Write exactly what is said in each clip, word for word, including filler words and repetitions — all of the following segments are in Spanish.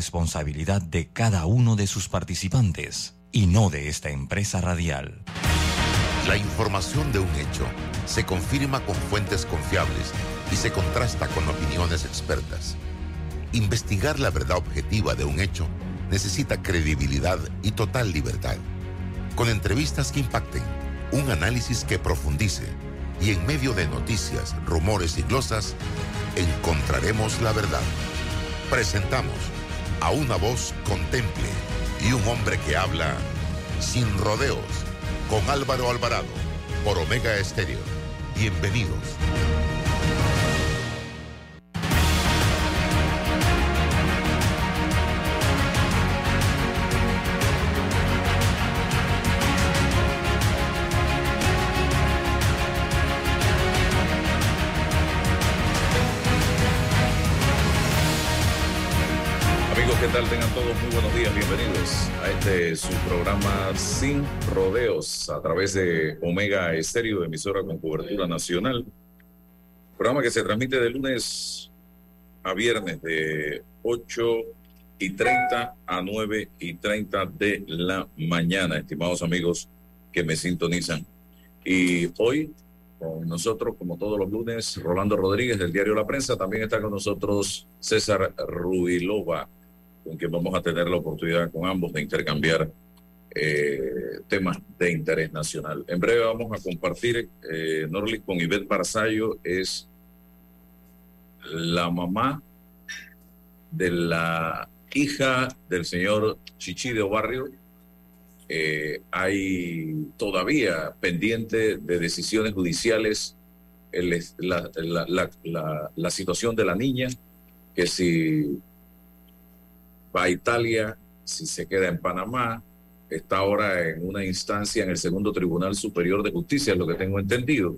responsabilidad de cada uno de sus participantes y no de esta empresa radial. La información de un hecho se confirma con fuentes confiables y se contrasta con opiniones expertas. Investigar la verdad objetiva de un hecho necesita credibilidad y total libertad. Con entrevistas que impacten, un análisis que profundice y en medio de noticias, rumores y glosas, encontraremos la verdad. Presentamos a una voz contemple y un hombre que habla sin rodeos, con Álvaro Alvarado, por Omega Estéreo. Bienvenidos. ¿Qué tal? Tengan todos muy buenos días, bienvenidos a este su programa Sin Rodeos a través de Omega Estéreo, de emisora con cobertura nacional. Programa que se transmite de lunes a viernes de ocho y treinta a nueve y treinta de la mañana, estimados amigos que me sintonizan. Y hoy con nosotros, como todos los lunes, Rolando Rodríguez del diario La Prensa. También está con nosotros César Ruilova, con quien vamos a tener la oportunidad con ambos de intercambiar eh, temas de interés nacional. En breve vamos a compartir, eh, Norlis, con Ivette Barzallo, es la mamá de la hija del señor Chichideo Barrio. Eh, hay todavía pendiente de decisiones judiciales el, la, la, la, la, la situación de la niña, que si va a Italia, si se queda en Panamá, está ahora en una instancia en el segundo Tribunal Superior de Justicia, es lo que tengo entendido.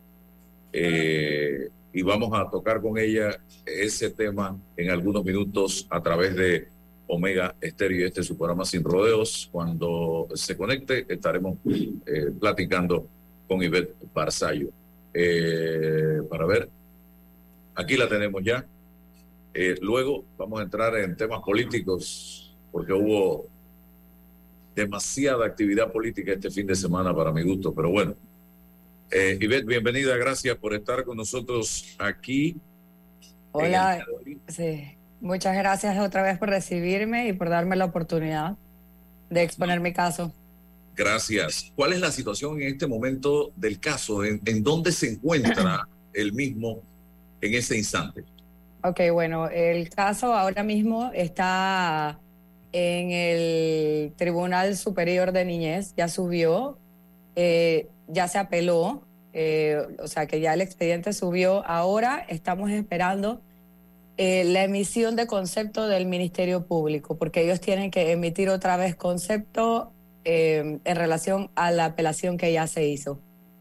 Eh, y vamos a tocar con ella ese tema en algunos minutos a través de Omega Estéreo y este es su programa Sin Rodeos. Cuando se conecte estaremos eh, platicando con Ivette Barzallo. Eh, para ver, aquí la tenemos ya. Eh, luego vamos a entrar en temas políticos, porque hubo demasiada actividad política este fin de semana para mi gusto, pero bueno. Eh, Ivette, bienvenida, gracias por estar con nosotros aquí. Hola, sí, muchas gracias otra vez por recibirme y por darme la oportunidad de exponer mi caso. Gracias. ¿Cuál es la situación en este momento del caso? ¿En, en dónde se encuentra el mismo en este instante? Ok, bueno, el caso ahora mismo está en el Tribunal Superior de Niñez, ya subió, eh, ya se apeló, eh, o sea que ya el expediente subió. Ahora estamos esperando eh, la emisión de concepto del Ministerio Público, porque ellos tienen que emitir otra vez concepto eh, en relación a la apelación que ya se hizo.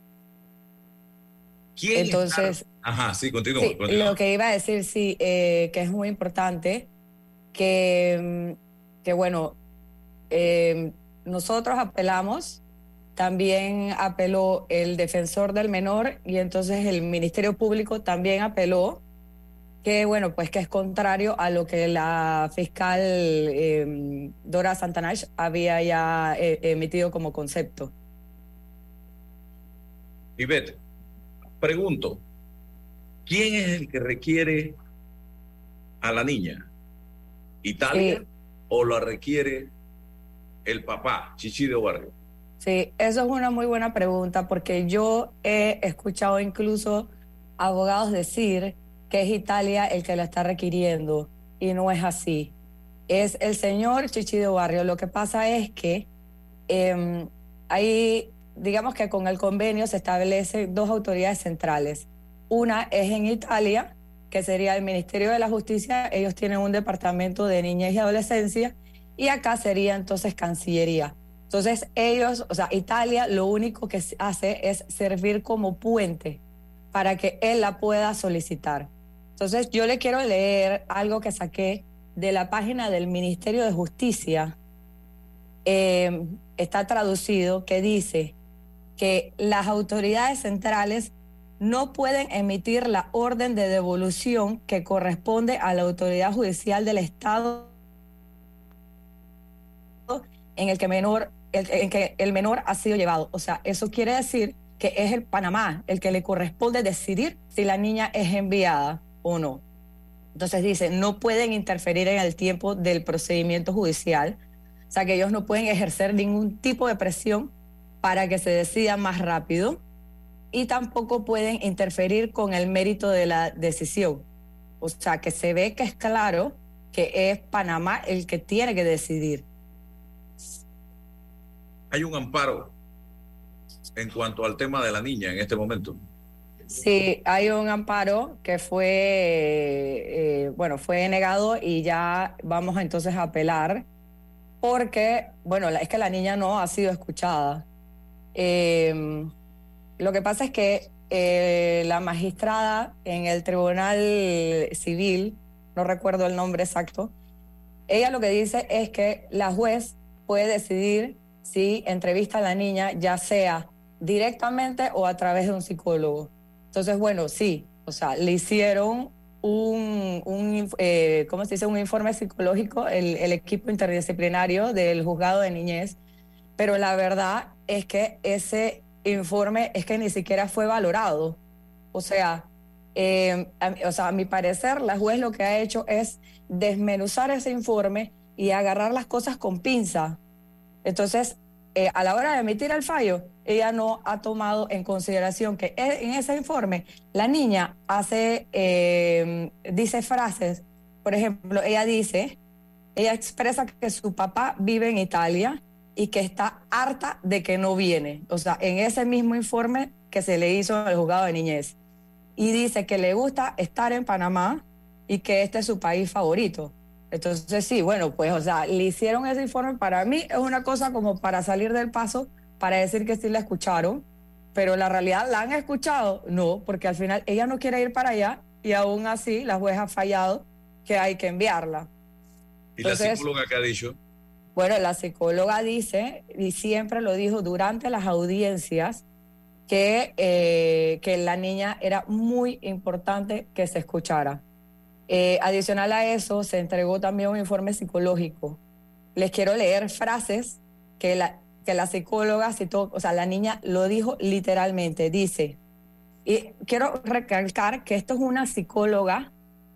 ¿Quién Entonces, está? Ajá, sí, continúa. Sí, continúa. lo que iba a decir, sí, eh, que es muy importante, que, que bueno, eh, nosotros apelamos, también apeló el defensor del menor y entonces el Ministerio Público también apeló, que bueno, pues que es contrario a lo que la fiscal eh, Dora Santanash había ya eh, emitido como concepto. Ivette, pregunto, ¿quién es el que requiere a la niña? ¿Italia Sí. o la requiere el papá, Chichideo Barrio? Sí, eso es una muy buena pregunta, porque yo he escuchado incluso abogados decir que es Italia el que la está requiriendo y no es así. Es el señor Chichideo Barrio. Lo que pasa es que eh, hay, digamos que con el convenio se establecen dos autoridades centrales. Una es en Italia, que sería el Ministerio de la Justicia. Ellos tienen un departamento de niñez y adolescencia, y acá sería entonces Cancillería. Entonces ellos, o sea, Italia lo único que hace es servir como puente para que él la pueda solicitar. Entonces yo le quiero leer algo que saqué de la página del Ministerio de Justicia. Eh, está traducido, que dice que las autoridades centrales no pueden emitir la orden de devolución que corresponde a la autoridad judicial del Estado en el que, menor, el, en que el menor ha sido llevado. O sea, eso quiere decir que es el Panamá el que le corresponde decidir si la niña es enviada o no. Entonces dice, no pueden interferir en el tiempo del procedimiento judicial, o sea que ellos no pueden ejercer ningún tipo de presión para que se decida más rápido, y tampoco pueden interferir con el mérito de la decisión. O sea que se ve que es claro que es Panamá el que tiene que decidir. Hay un amparo en cuanto al tema de la niña en este momento. Sí, hay un amparo que fue, eh, bueno, fue negado y ya vamos entonces a apelar porque, bueno, es que la niña no ha sido escuchada. Eh, lo que pasa es que eh, la magistrada en el Tribunal Civil, no recuerdo el nombre exacto, ella lo que dice es que la juez puede decidir si entrevista a la niña, ya sea directamente o a través de un psicólogo. Entonces, bueno, sí, o sea, le hicieron un, un eh, ¿cómo se dice? Un informe psicológico, el, el equipo interdisciplinario del juzgado de niñez, pero la verdad es que ese informe es que ni siquiera fue valorado. O sea, eh, a, o sea, a mi parecer, la juez lo que ha hecho es desmenuzar ese informe y agarrar las cosas con pinza. Entonces, eh, a la hora de emitir el fallo, ella no ha tomado en consideración que en ese informe la niña hace, eh, dice frases. Por ejemplo, ella dice, ella expresa que su papá vive en Italia y que está harta de que no viene. O sea, en ese mismo informe que se le hizo en el juzgado de niñez. Y dice que le gusta estar en Panamá y que este es su país favorito. Entonces, sí, bueno, pues, o sea, le hicieron ese informe. Para mí es una cosa como para salir del paso, para decir que sí la escucharon, pero la realidad, ¿la han escuchado? No, porque al final ella no quiere ir para allá y aún así la juez ha fallado que hay que enviarla. ¿Y Entonces, la psicóloga qué ha dicho? Bueno, la psicóloga dice, y siempre lo dijo durante las audiencias, que, eh, que la niña era muy importante que se escuchara. Eh, adicional a eso, se entregó también un informe psicológico. Les quiero leer frases que la, que la psicóloga citó, o sea, la niña lo dijo literalmente. Dice, y quiero recalcar que esto es una psicóloga,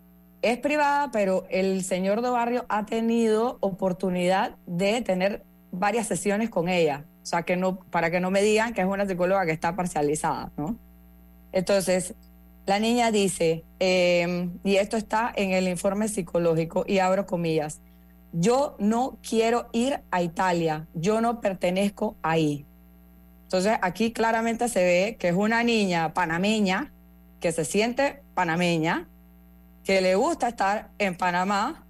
es privada, pero el señor do Barrio ha tenido oportunidad de tener varias sesiones con ella. O sea, que no, para que no me digan que es una psicóloga que está parcializada, ¿no? Entonces, la niña dice, eh, y esto está en el informe psicológico, y abro comillas, yo no quiero ir a Italia, yo no pertenezco ahí. Entonces, aquí claramente se ve que es una niña panameña, que se siente panameña, que le gusta estar en Panamá,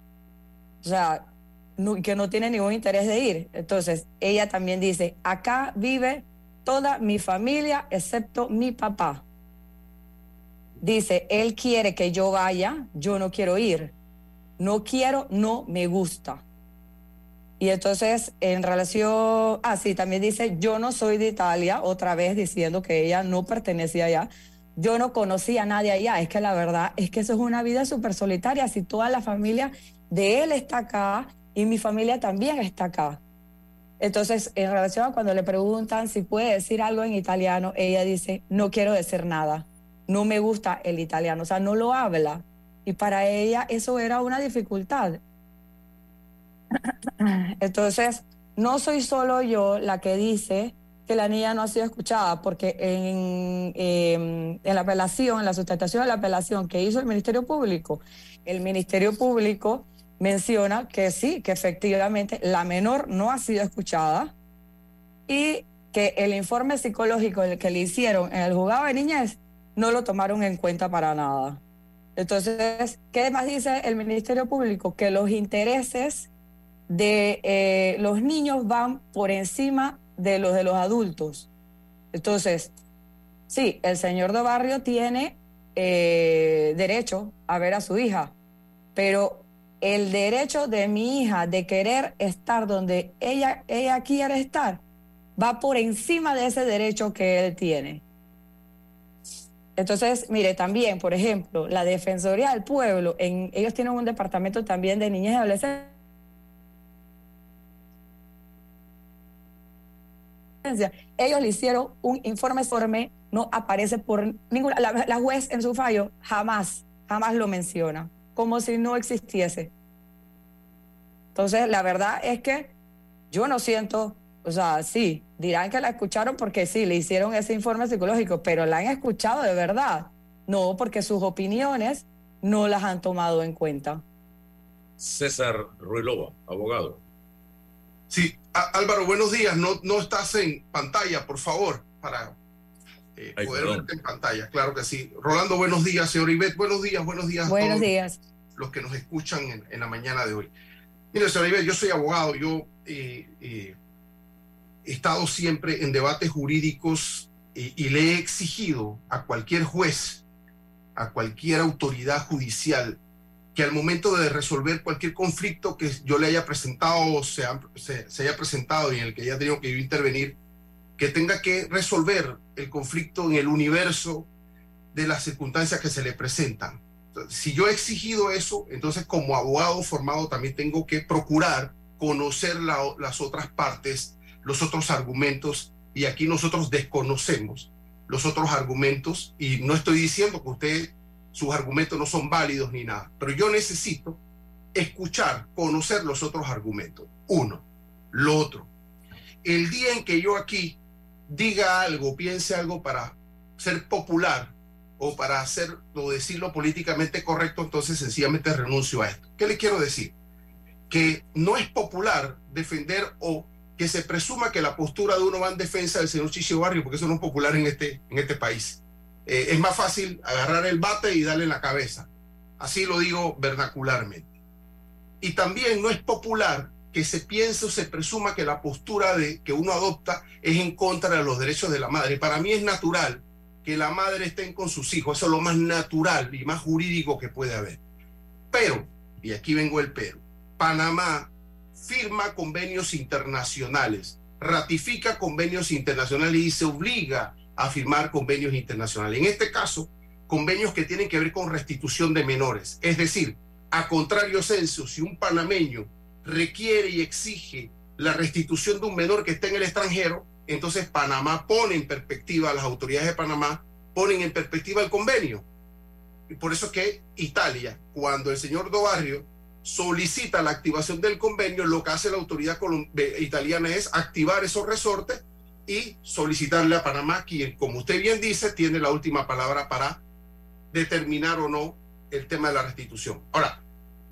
o sea, no, que no tiene ningún interés de ir. Entonces, ella también dice, acá vive toda mi familia excepto mi papá. Dice, él quiere que yo vaya, yo no quiero ir. No quiero, no me gusta. Y entonces, en relación, ah, sí, también dice, yo no soy de Italia, otra vez diciendo que ella no pertenecía allá. Yo no conocía a nadie allá. Es que la verdad es que eso es una vida súper solitaria. Si toda la familia de él está acá y mi familia también está acá. Entonces, en relación a cuando le preguntan si puede decir algo en italiano, ella dice, no quiero decir nada. No me gusta el italiano, o sea, no lo habla. Y para ella eso era una dificultad. Entonces, no soy solo yo la que dice que la niña no ha sido escuchada, porque en, en, en la apelación, en la sustentación de la apelación que hizo el Ministerio Público, el Ministerio Público menciona que sí, que efectivamente la menor no ha sido escuchada y que el informe psicológico que le hicieron en el juzgado de niñez no lo tomaron en cuenta para nada. Entonces, ¿qué más dice el Ministerio Público? Que los intereses de eh, los niños van por encima de los de los adultos. Entonces, sí, el señor do Barrio tiene eh, derecho a ver a su hija, pero el derecho de mi hija de querer estar donde ella, ella quiere estar va por encima de ese derecho que él tiene. Entonces, mire, también, por ejemplo, la Defensoría del Pueblo, en, ellos tienen un departamento también de niñez y adolescentes. Ellos le hicieron un informe, informe no aparece por ninguna, la, la juez en su fallo jamás, jamás lo menciona, como si no existiese. Entonces, la verdad es que yo no siento, o sea, sí, dirán que la escucharon porque sí, le hicieron ese informe psicológico, pero la han escuchado de verdad. No, porque sus opiniones no las han tomado en cuenta. César Ruilova, abogado. Sí, a, Álvaro, buenos días. No, no estás en pantalla, por favor, para eh, Ay, poder verte en pantalla. Claro que sí. Rolando, buenos días. Señor Ivette, buenos días, buenos días. Buenos a todos días. Los que nos escuchan en, en la mañana de hoy. Mire, señor Ivette, yo soy abogado. Yo eh, eh, he estado siempre en debates jurídicos eh, y le he exigido a cualquier juez, a cualquier autoridad judicial, que al momento de resolver cualquier conflicto que yo le haya presentado o se, se, se haya presentado y en el que haya tenido que yo intervenir, que tenga que resolver el conflicto en el universo de las circunstancias que se le presentan. Si yo he exigido eso, entonces como abogado formado también tengo que procurar conocer la, las otras partes, los otros argumentos, y aquí nosotros desconocemos los otros argumentos, y no estoy diciendo que usted, sus argumentos no son válidos ni nada, pero yo necesito escuchar, conocer los otros argumentos. Uno. Lo otro, el día en que yo aquí diga algo, piense algo para ser popular o para hacerlo, decirlo políticamente correcto, entonces sencillamente renuncio a esto. ¿Qué le quiero decir? Que no es popular defender o que se presuma que la postura de uno va en defensa del señor Chicho Barrio, porque eso no es popular en este, en este país. Eh, es más fácil agarrar el bate y darle en la cabeza. Así lo digo vernacularmente. Y también no es popular que se piense o se presuma que la postura de, que uno adopta es en contra de los derechos de la madre. Para mí es natural que la madre esté con sus hijos. Eso es lo más natural y más jurídico que puede haber. Pero, y aquí vengo el pero, Panamá firma convenios internacionales, ratifica convenios internacionales y se obliga a firmar convenios internacionales. En este caso, convenios que tienen que ver con restitución de menores. Es decir, a contrario censo, si un panameño requiere y exige la restitución de un menor que está en el extranjero, entonces Panamá pone en perspectiva, las autoridades de Panamá ponen en perspectiva el convenio. Y por eso es que Italia, cuando el señor Dobarrio solicita la activación del convenio, lo que hace la autoridad italiana es activar esos resortes y solicitarle a Panamá, quien, como usted bien dice, tiene la última palabra para determinar o no el tema de la restitución. Ahora,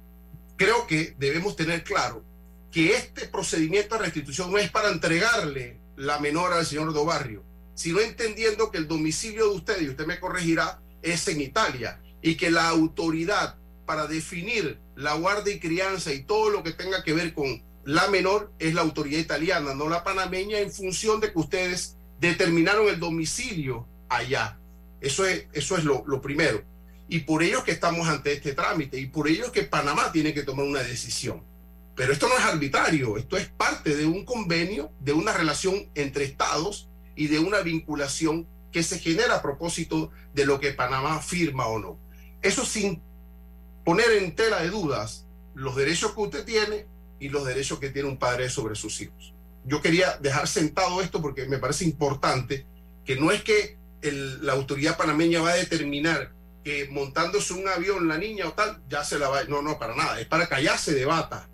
creo que debemos tener claro que este procedimiento de restitución no es para entregarle la menor al señor Dobarrio, sino entendiendo que el domicilio de usted, y usted me corregirá, es en Italia, y que la autoridad para definir la guarda y crianza y todo lo que tenga que ver con la menor es la autoridad italiana, no la panameña, en función de que ustedes determinaron el domicilio allá. Eso es, eso es lo, lo primero. Y por ello es que estamos ante este trámite, y por ello es que Panamá tiene que tomar una decisión. Pero esto no es arbitrario, esto es parte de un convenio, de una relación entre estados y de una vinculación que se genera a propósito de lo que Panamá firma o no. Eso sin poner en tela de dudas los derechos que usted tiene y los derechos que tiene un padre sobre sus hijos. Yo quería dejar sentado esto porque me parece importante, que no es que el, la autoridad panameña va a determinar que montándose un avión la niña o tal, ya se la va, no, no, para nada, es para que allá se debata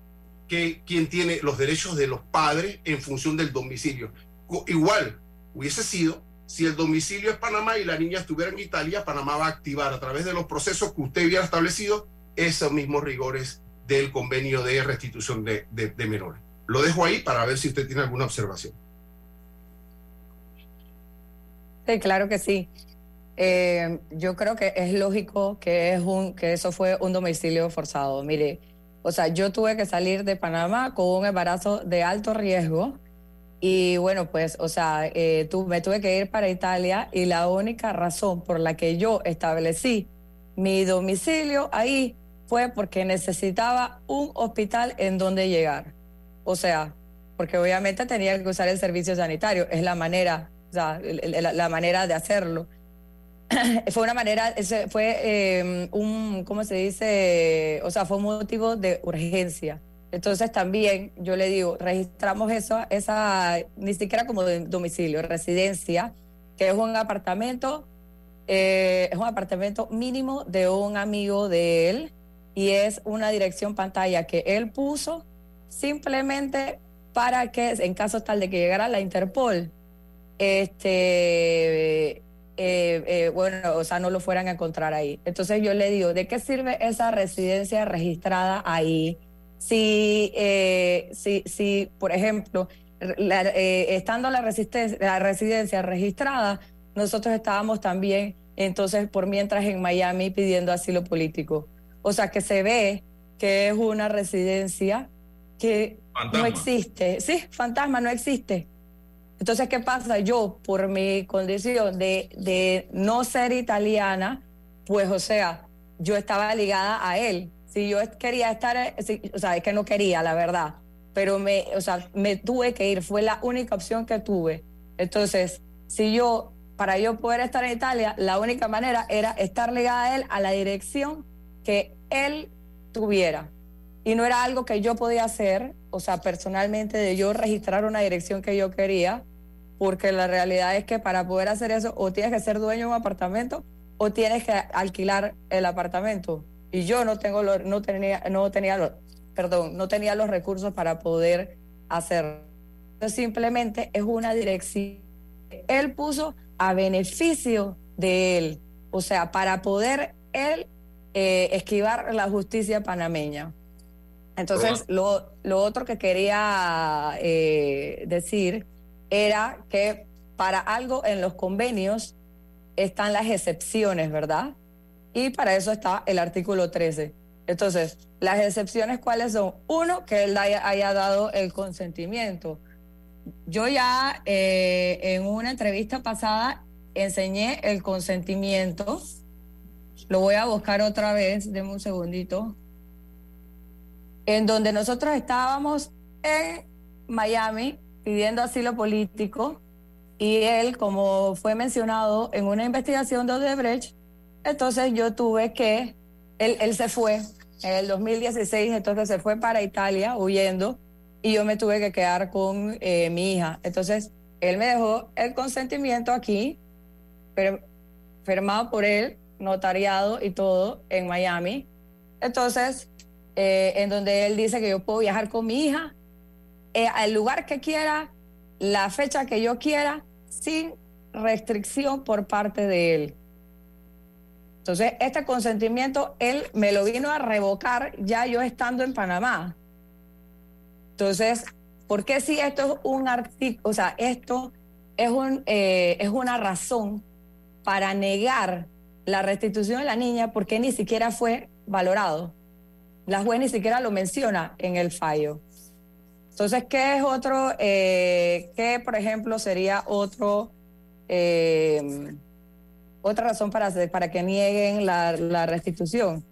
que quién tiene los derechos de los padres en función del domicilio. Igual hubiese sido si el domicilio es Panamá y la niña estuviera en Italia, Panamá va a activar a través de los procesos que usted hubiera establecido esos mismos rigores del convenio de restitución de, de, de menores. Lo dejo ahí para ver si usted tiene alguna observación. Sí, claro que sí. Eh, yo creo que es lógico que, es un, que eso fue un domicilio forzado. Mire, o sea, yo tuve que salir de Panamá con un embarazo de alto riesgo. Y bueno, pues, o sea, eh, tu, me tuve que ir para Italia, y la única razón por la que yo establecí mi domicilio ahí fue porque necesitaba un hospital en donde llegar. O sea, porque obviamente tenía que usar el servicio sanitario, es la manera, o sea, la, la manera de hacerlo. Fue una manera, ese fue eh, un, ¿cómo se dice? O sea, fue un motivo de urgencia. Entonces también yo le digo, registramos eso, esa, ni siquiera como de domicilio, residencia, que es un apartamento, eh, es un apartamento mínimo de un amigo de él y es una dirección pantalla que él puso simplemente para que, en caso tal de que llegara la Interpol, este, eh, eh, bueno, o sea, no lo fueran a encontrar ahí. Entonces yo le digo, ¿de qué sirve esa residencia registrada ahí? Si, eh, si, si por ejemplo, la, eh, estando la, la residencia registrada, nosotros estábamos también, entonces, por mientras en Miami pidiendo asilo político. O sea, que se ve que es una residencia que fantasma. No existe. Sí, fantasma, no existe. Entonces, ¿qué pasa? Yo, por mi condición de, de no ser italiana, pues, o sea, yo estaba ligada a él. Si yo quería estar, si, o sea, es que no quería, la verdad, pero me, o sea, me tuve que ir, fue la única opción que tuve. Entonces, si yo, para yo poder estar en Italia, la única manera era estar ligada a él, a la dirección que él tuviera. Y no era algo que yo podía hacer, o sea, personalmente, de yo registrar una dirección que yo quería, porque la realidad es que para poder hacer eso, o tienes que ser dueño de un apartamento, o tienes que alquilar el apartamento. Y yo no tengo lo, no tenía no tenía lo, perdón, no tenía los recursos para poder hacerlo. Simplemente es una dirección que él puso a beneficio de él, o sea, para poder él eh, esquivar la justicia panameña. Entonces, lo, lo otro que quería eh, decir era que para algo en los convenios están las excepciones, ¿verdad? Y para eso está el artículo trece. Entonces, las excepciones, ¿cuáles son? Uno, que él haya, haya dado el consentimiento. Yo ya eh, en una entrevista pasada enseñé el consentimiento. Lo voy a buscar otra vez, denme un segundito. En donde nosotros estábamos en Miami pidiendo asilo político y él, como fue mencionado en una investigación de Odebrecht, entonces yo tuve que, él, él se fue en el dos mil dieciséis, entonces se fue para Italia huyendo y yo me tuve que quedar con eh, mi hija. Entonces él me dejó el consentimiento aquí, firmado por él, notariado y todo en Miami. Entonces, eh, en donde él dice que yo puedo viajar con mi hija eh, al lugar que quiera, la fecha que yo quiera, sin restricción por parte de él. Entonces, este consentimiento, él me lo vino a revocar ya yo estando en Panamá. Entonces, ¿por qué si esto es un artículo, o sea, esto es, un, eh, es una razón para negar la restitución de la niña? Porque ni siquiera fue valorado. La juez ni siquiera lo menciona en el fallo. Entonces, ¿qué es otro, eh, qué, por ejemplo, sería otro... Eh, otra razón para, para que nieguen la, la restitución?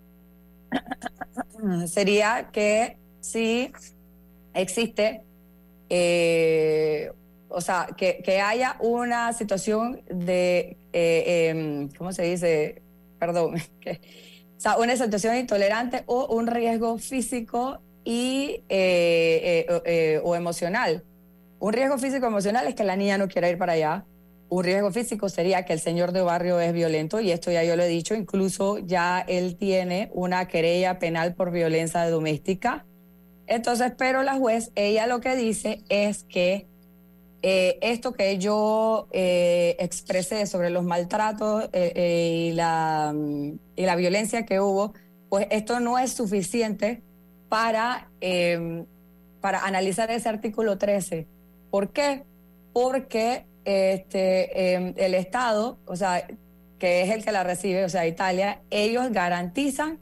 Sería que si existe, eh, o sea, que, que haya una situación de, eh, eh, ¿cómo se dice? Perdón, que, o sea, una situación intolerante o un riesgo físico y, eh, eh, eh, o emocional. Un riesgo físico o emocional es que la niña no quiera ir para allá. Un riesgo físico sería que el señor de barrio es violento, y esto ya yo lo he dicho, incluso ya él tiene una querella penal por violencia doméstica. Entonces, pero la juez, ella lo que dice es que eh, esto que yo eh, expresé sobre los maltratos eh, eh, y, la, y la violencia que hubo, pues esto no es suficiente para, eh, para analizar ese artículo trece. ¿Por qué? Porque Este, eh, el Estado, o sea, que es el que la recibe, o sea, Italia, ellos garantizan,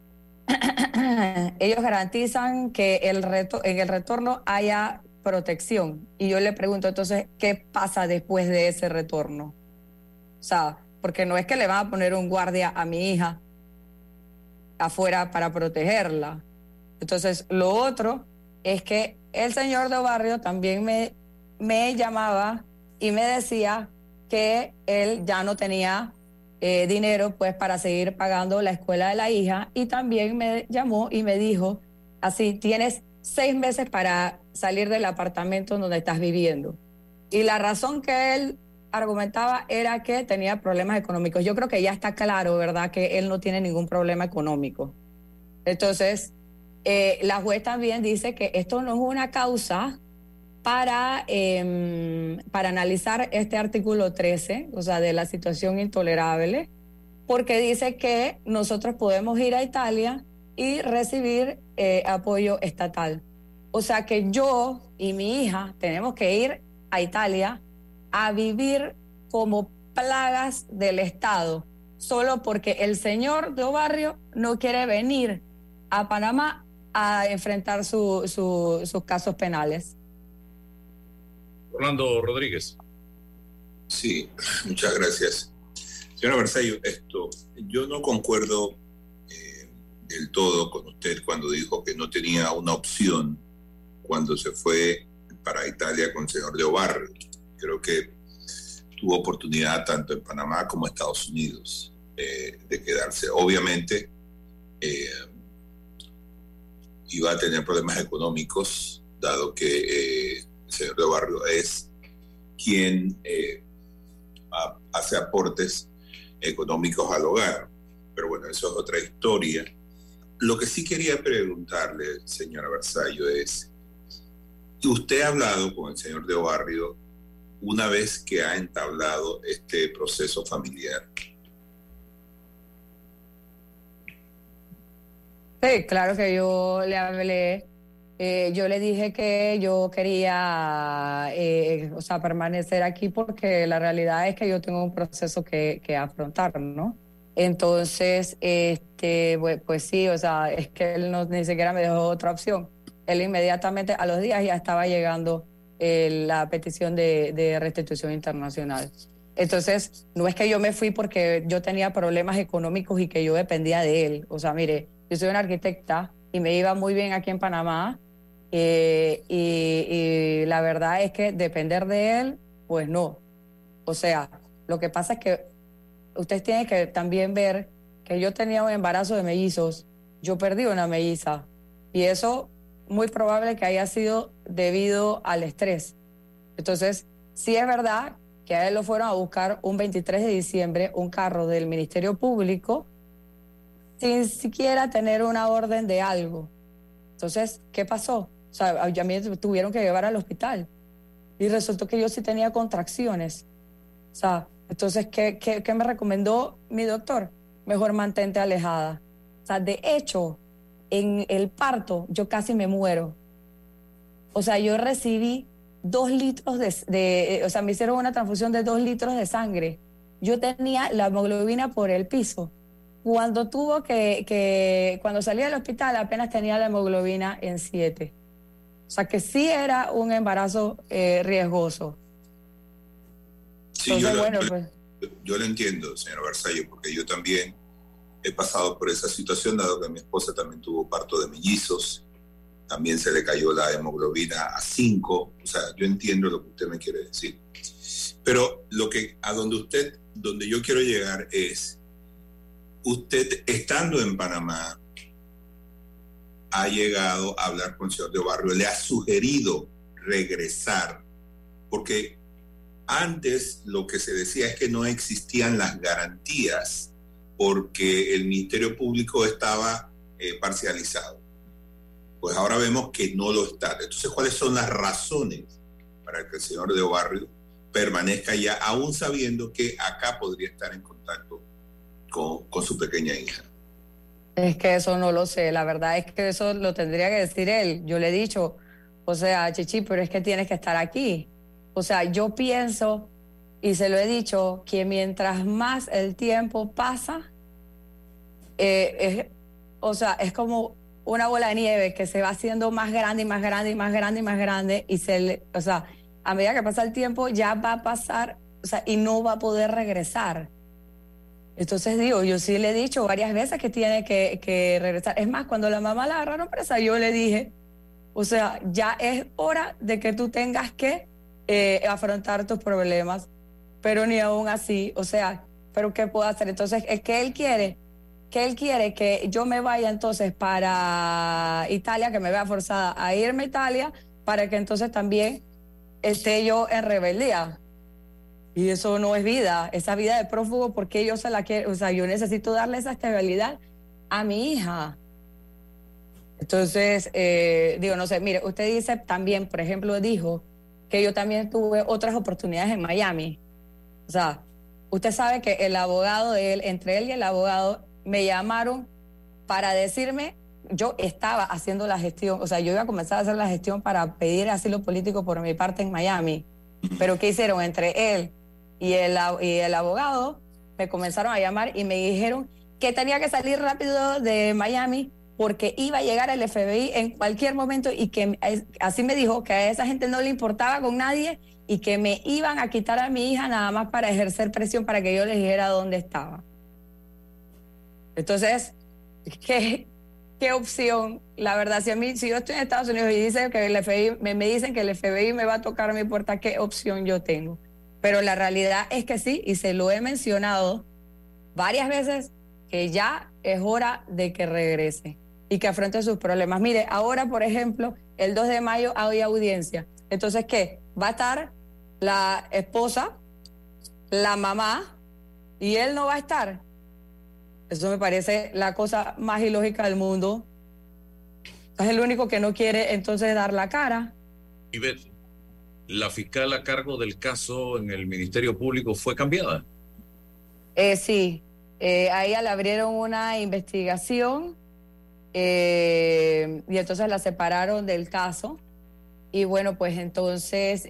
ellos garantizan que el reto, en el retorno haya protección. Y yo le pregunto, entonces, ¿qué pasa después de ese retorno? O sea, porque no es que le van a poner un guardia a mi hija afuera para protegerla. Entonces, lo otro es que el señor de barrio también me, me llamaba y me decía que él ya no tenía eh, dinero pues para seguir pagando la escuela de la hija, y también me llamó y me dijo así, tienes seis meses para salir del apartamento donde estás viviendo. Y la razón que él argumentaba era que tenía problemas económicos. Yo creo que ya está claro, ¿verdad?, que él no tiene ningún problema económico. Entonces, eh, la juez también dice que esto no es una causa para, eh, para analizar este artículo trece, o sea, de la situación intolerable, porque dice que nosotros podemos ir a Italia y recibir eh, apoyo estatal. O sea que yo y mi hija tenemos que ir a Italia a vivir como plagas del Estado, solo porque el señor de Obarrio no quiere venir a Panamá a enfrentar su, su, sus casos penales. Orlando Rodríguez. Sí, muchas gracias. Señora Barzallo, esto, yo no concuerdo eh, del todo con usted cuando dijo que no tenía una opción cuando se fue para Italia con el señor de Obarrio. Creo que tuvo oportunidad tanto en Panamá como en Estados Unidos eh, de quedarse. Obviamente eh, iba a tener problemas económicos, dado que eh, el señor de Obarrio es quien eh, a, hace aportes económicos al hogar. Pero bueno, eso es otra historia. Lo que sí quería preguntarle, señora Barzallo, es, ¿usted ha hablado con el señor de Obarrio una vez que ha entablado este proceso familiar? Sí, claro que yo le hablé. Eh, yo le dije que yo quería eh, o sea, permanecer aquí porque la realidad es que yo tengo un proceso que, que afrontar, ¿no? Entonces, este, pues, pues sí, o sea, es que él no, ni siquiera me dejó otra opción. Él inmediatamente a los días ya estaba llegando eh, la petición de, de restitución internacional. Entonces, no es que yo me fui porque yo tenía problemas económicos y que yo dependía de él. O sea, mire, yo soy una arquitecta y me iba muy bien aquí en Panamá eh, y, y la verdad es que depender de él, pues no. O sea, lo que pasa es que ustedes tienen que también ver que yo tenía un embarazo de mellizos, yo perdí una melliza y eso muy probable que haya sido debido al estrés. Entonces, sí es verdad que a él lo fueron a buscar un veintitrés de diciembre, un carro del Ministerio Público, sin siquiera tener una orden de algo. Entonces, ¿qué pasó? O sea, a mí me tuvieron que llevar al hospital y resultó que yo sí tenía contracciones. O sea, entonces, ¿qué, qué, qué me recomendó mi doctor? Mejor mantente alejada. O sea, de hecho, en el parto yo casi me muero. O sea, yo recibí dos litros de, de... O sea, me hicieron una transfusión de dos litros de sangre. Yo tenía la hemoglobina por el piso. Cuando tuvo que, que, cuando salí del hospital apenas tenía la hemoglobina en siete. O sea que sí era un embarazo eh, riesgoso. Sí, Entonces, yo, lo, bueno, yo, pues... yo lo entiendo, señora Barzallo, porque yo también he pasado por esa situación, dado que mi esposa también tuvo parto de mellizos, también se le cayó la hemoglobina a cinco, o sea, yo entiendo lo que usted me quiere decir. Pero lo que, a donde usted, donde yo quiero llegar es, usted estando en Panamá, ha llegado a hablar con el señor de Obarrio, le ha sugerido regresar, porque antes lo que se decía es que no existían las garantías porque el Ministerio Público estaba eh, parcializado. Pues ahora vemos que no lo está. Entonces, ¿cuáles son las razones para que el señor de Obarrio permanezca allá, aún sabiendo que acá podría estar en contacto con, con su pequeña hija? Es que eso no lo sé, la verdad es que eso lo tendría que decir él. Yo le he dicho, o sea, Chichi, pero es que tienes que estar aquí. O sea, yo pienso, y se lo he dicho, que mientras más el tiempo pasa, eh, es, o sea, es como una bola de nieve que se va haciendo más grande y más grande y más grande y más grande, y se le, o sea, a medida que pasa el tiempo ya va a pasar, o sea, y no va a poder regresar. Entonces digo, yo sí le he dicho varias veces que tiene que, que regresar. Es más, cuando la mamá la agarraron presa, yo le dije, o sea, ya es hora de que tú tengas que eh, afrontar tus problemas, pero ni aún así, o sea, pero ¿qué puedo hacer? Entonces es que él quiere que él quiere que yo me vaya entonces para Italia, que me vea forzada a irme a Italia, para que entonces también esté yo en rebeldía. Y eso no es vida, esa vida de prófugo, porque yo se la quiero, o sea, yo necesito darle esa estabilidad a mi hija. Entonces, eh, digo, no sé, mire, usted dice también, por ejemplo, dijo que yo también tuve otras oportunidades en Miami. O sea, usted sabe que el abogado de él, entre él y el abogado, me llamaron para decirme, yo estaba haciendo la gestión, o sea, yo iba a comenzar a hacer la gestión para pedir asilo político por mi parte en Miami. Pero ¿qué hicieron? Entre él y el, y el abogado me comenzaron a llamar y me dijeron que tenía que salir rápido de Miami porque iba a llegar el F B I en cualquier momento y que así me dijo que a esa gente no le importaba con nadie y que me iban a quitar a mi hija nada más para ejercer presión para que yo les dijera dónde estaba. Entonces, ¿qué, qué opción? La verdad, si a mí, si yo estoy en Estados Unidos y dice que el F B I, me, me dicen que el F B I me va a tocar a mi puerta, ¿qué opción yo tengo? Pero la realidad es que sí, y se lo he mencionado varias veces, que ya es hora de que regrese y que afronte sus problemas. Mire, ahora, por ejemplo, el dos de mayo hay audiencia. Entonces, ¿qué? Va a estar la esposa, la mamá, y él no va a estar. Eso me parece la cosa más ilógica del mundo. Es el único que no quiere entonces dar la cara. Y Ivette, ¿la fiscal a cargo del caso en el Ministerio Público fue cambiada? Eh, sí, eh, a ella le abrieron una investigación eh, y entonces la separaron del caso. Y bueno, pues entonces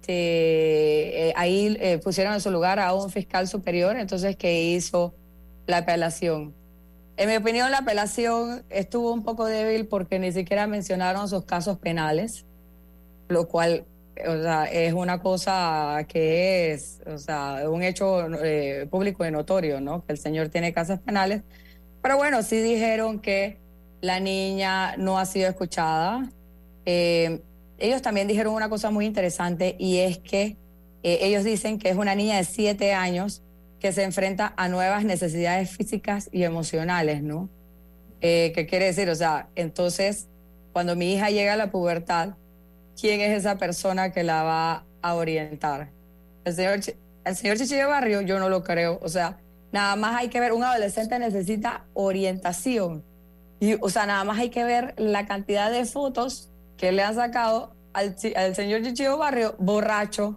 este, eh, ahí eh, pusieron en su lugar a un fiscal superior, entonces que hizo la apelación. En mi opinión, la apelación estuvo un poco débil porque ni siquiera mencionaron sus casos penales, lo cual, o sea, es una cosa que es, o sea, un hecho eh, público y notorio, ¿no? Que el señor tiene casos penales. Pero bueno, sí dijeron que la niña no ha sido escuchada. Eh, ellos también dijeron una cosa muy interesante y es que eh, ellos dicen que es una niña de siete años que se enfrenta a nuevas necesidades físicas y emocionales, ¿no? Eh, ¿Qué quiere decir? O sea, entonces, cuando mi hija llega a la pubertad, ¿quién es esa persona que la va a orientar? El señor, el señor Chichillo Barrio, yo no lo creo. O sea, nada más hay que ver, un adolescente necesita orientación. Y, o sea, nada más hay que ver la cantidad de fotos que le han sacado al, al señor Chichillo Barrio borracho.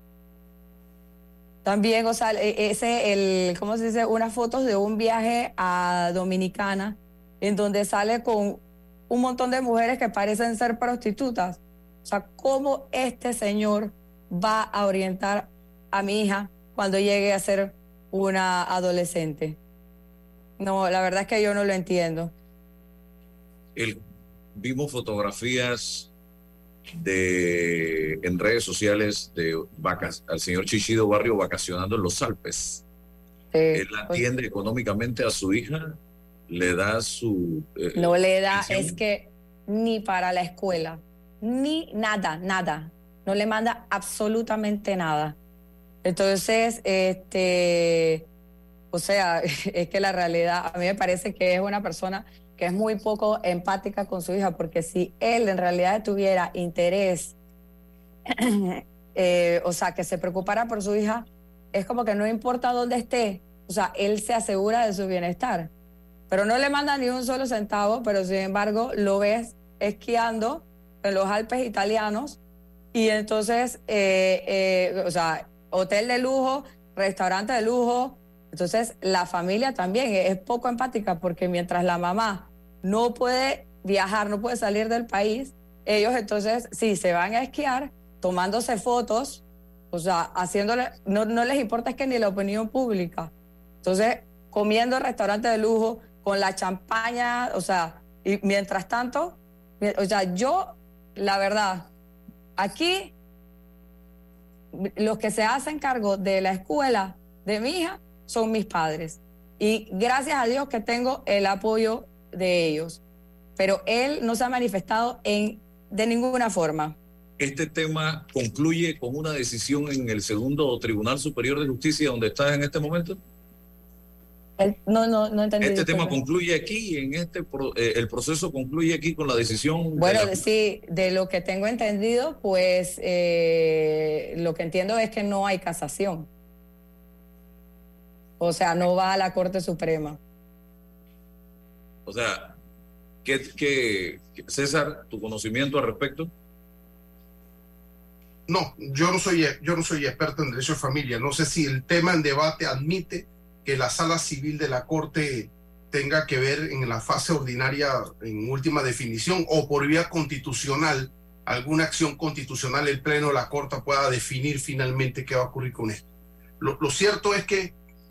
También, o sea, ese, el, ¿cómo se dice? Unas fotos de un viaje a Dominicana en donde sale con un montón de mujeres que parecen ser prostitutas. O sea, ¿cómo este señor va a orientar a mi hija cuando llegue a ser una adolescente? No, la verdad es que yo no lo entiendo. El, vimos fotografías de en redes sociales de vacas al señor Chichillo Barrio vacacionando en los Alpes. Sí, él atiende pues, económicamente a su hija, le da su eh, no le da, pensión. Es que ni para la escuela, ni nada, nada, no le manda absolutamente nada. Entonces, este, o sea, es que la realidad, a mí me parece que es una persona que es muy poco empática con su hija, porque si él en realidad tuviera interés, eh, o sea, que se preocupara por su hija, es como que no importa dónde esté, o sea, él se asegura de su bienestar. Pero no le manda ni un solo centavo, pero sin embargo lo ves esquiando en los Alpes italianos y entonces, eh, eh, o sea, hotel de lujo, restaurante de lujo. Entonces, la familia también es poco empática porque mientras la mamá no puede viajar, no puede salir del país, ellos entonces sí se van a esquiar tomándose fotos, o sea, haciéndole, no, no les importa es que ni la opinión pública. Entonces, comiendo en restaurantes de lujo, con la champaña, o sea, y mientras tanto, o sea, yo, la verdad, aquí, los que se hacen cargo de la escuela de mi hija son mis padres. Y gracias a Dios que tengo el apoyo de ellos. Pero él no se ha manifestado en, de ninguna forma. Este tema concluye con una decisión en el segundo Tribunal Superior de Justicia donde estás en este momento. El, no, no, no entendí. Este disculpe. tema concluye aquí, en este pro, eh, el proceso concluye aquí con la decisión. Bueno, de la... sí, de lo que tengo entendido, pues eh, lo que entiendo es que no hay casación. O sea, no va a la Corte Suprema. O sea, ¿qué, qué, César, tu conocimiento al respecto? No, yo no soy, yo no soy experto en derecho de familia. No sé si el tema en debate admite que la sala civil de la Corte tenga que ver en la fase ordinaria, en última definición, o por vía constitucional, alguna acción constitucional, el Pleno de la Corte pueda definir finalmente qué va a ocurrir con esto. Lo, lo cierto es que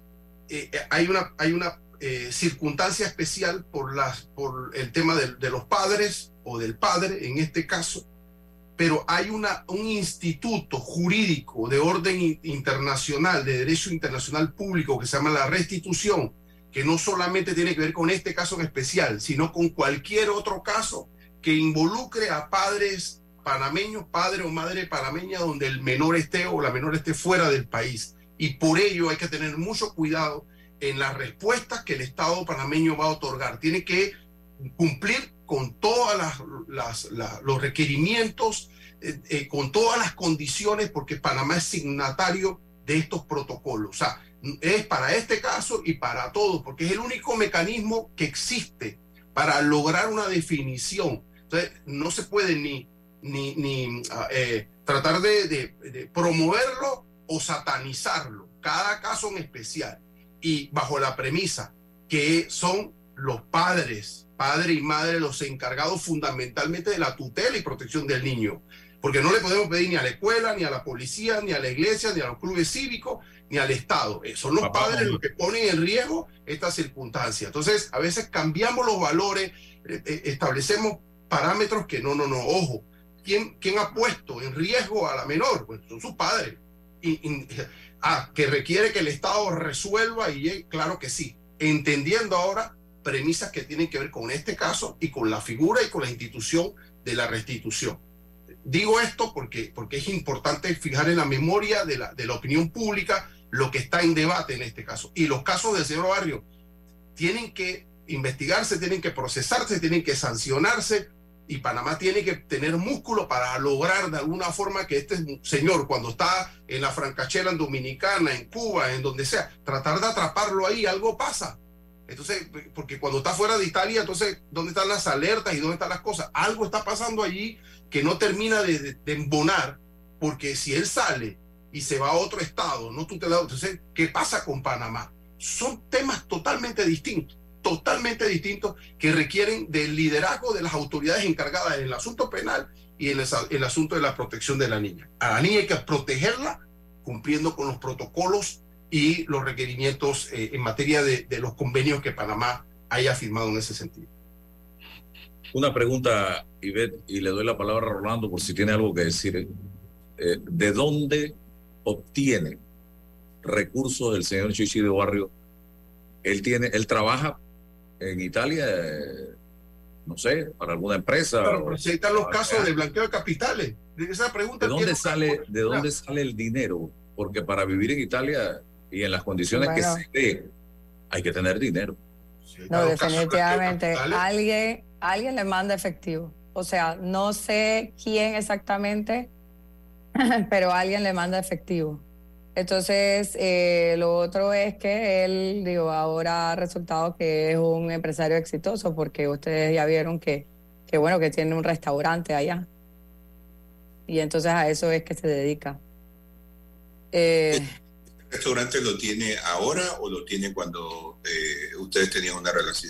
eh, hay una, hay una eh, circunstancia especial por, las, por el tema de, de los padres o del padre, en este caso, pero hay una, un instituto jurídico de orden internacional, de derecho internacional público, que se llama la restitución, que no solamente tiene que ver con este caso en especial, sino con cualquier otro caso que involucre a padres panameños, padre o madre panameña, donde el menor esté o la menor esté fuera del país. Y por ello hay que tener mucho cuidado en las respuestas que el Estado panameño va a otorgar. Tiene que cumplir con todos las, las, las, los requerimientos, eh, eh, con todas las condiciones, porque Panamá es signatario de estos protocolos. O sea, es para este caso y para todos, porque es el único mecanismo que existe para lograr una definición. Entonces, no se puede ni, ni, ni eh, tratar de, de, de promoverlo o satanizarlo, cada caso en especial, y bajo la premisa que son los padres, padre y madre, los encargados fundamentalmente de la tutela y protección del niño, porque no le podemos pedir ni a la escuela, ni a la policía, ni a la iglesia, ni a los clubes cívicos, ni al Estado. Son los Papá, padres los que ponen en riesgo esta circunstancia. Entonces, a veces cambiamos los valores, eh, establecemos parámetros que no, no, no, ojo, ¿quién, quién ha puesto en riesgo a la menor? Pues son sus padres. Y, y, ah, que requiere que el Estado resuelva, y claro que sí, entendiendo ahora premisas que tienen que ver con este caso y con la figura y con la institución de la restitución. Digo esto porque, porque es importante fijar en la memoria de la, de la opinión pública lo que está en debate en este caso. Y los casos del señor Barrio tienen que investigarse, tienen que procesarse, tienen que sancionarse, y Panamá tiene que tener músculo para lograr de alguna forma que este señor, cuando está en la francachela en Dominicana, en Cuba, en donde sea, tratar de atraparlo ahí. Algo pasa. Entonces, porque cuando está fuera de Italia, entonces, ¿dónde están las alertas y dónde están las cosas? Algo está pasando allí que no termina de, de, de embonar, porque si él sale y se va a otro estado, no tutelado, entonces, ¿qué pasa con Panamá? Son temas totalmente distintos, totalmente distintos, que requieren del liderazgo de las autoridades encargadas en el asunto penal y en el, en el asunto de la protección de la niña. A la niña hay que protegerla cumpliendo con los protocolos y los requerimientos eh, en materia de, de los convenios que Panamá haya firmado en ese sentido. Una pregunta, Ivette, y le doy la palabra a Rolando por si tiene algo que decir. Eh, ¿De dónde obtiene recursos el señor Chichido Barrio? Él tiene, él trabaja en Italia, eh, no sé, para alguna empresa. Pero o, si están los casos de blanqueo de capitales. Esa pregunta. ¿De dónde sale, de dónde sale el dinero? Porque para vivir en Italia y en las condiciones bueno. que se ve, hay que tener dinero. Sí, no, definitivamente. Alguien, alguien le manda efectivo. O sea, no sé quién exactamente, pero alguien le manda efectivo. Entonces, eh, lo otro es que él, digo, ahora ha resultado que es un empresario exitoso, porque ustedes ya vieron que, que bueno, que tiene un restaurante allá. Y entonces a eso es que se dedica. Eh, ¿El restaurante lo tiene ahora o lo tiene cuando eh, ustedes tenían una relación?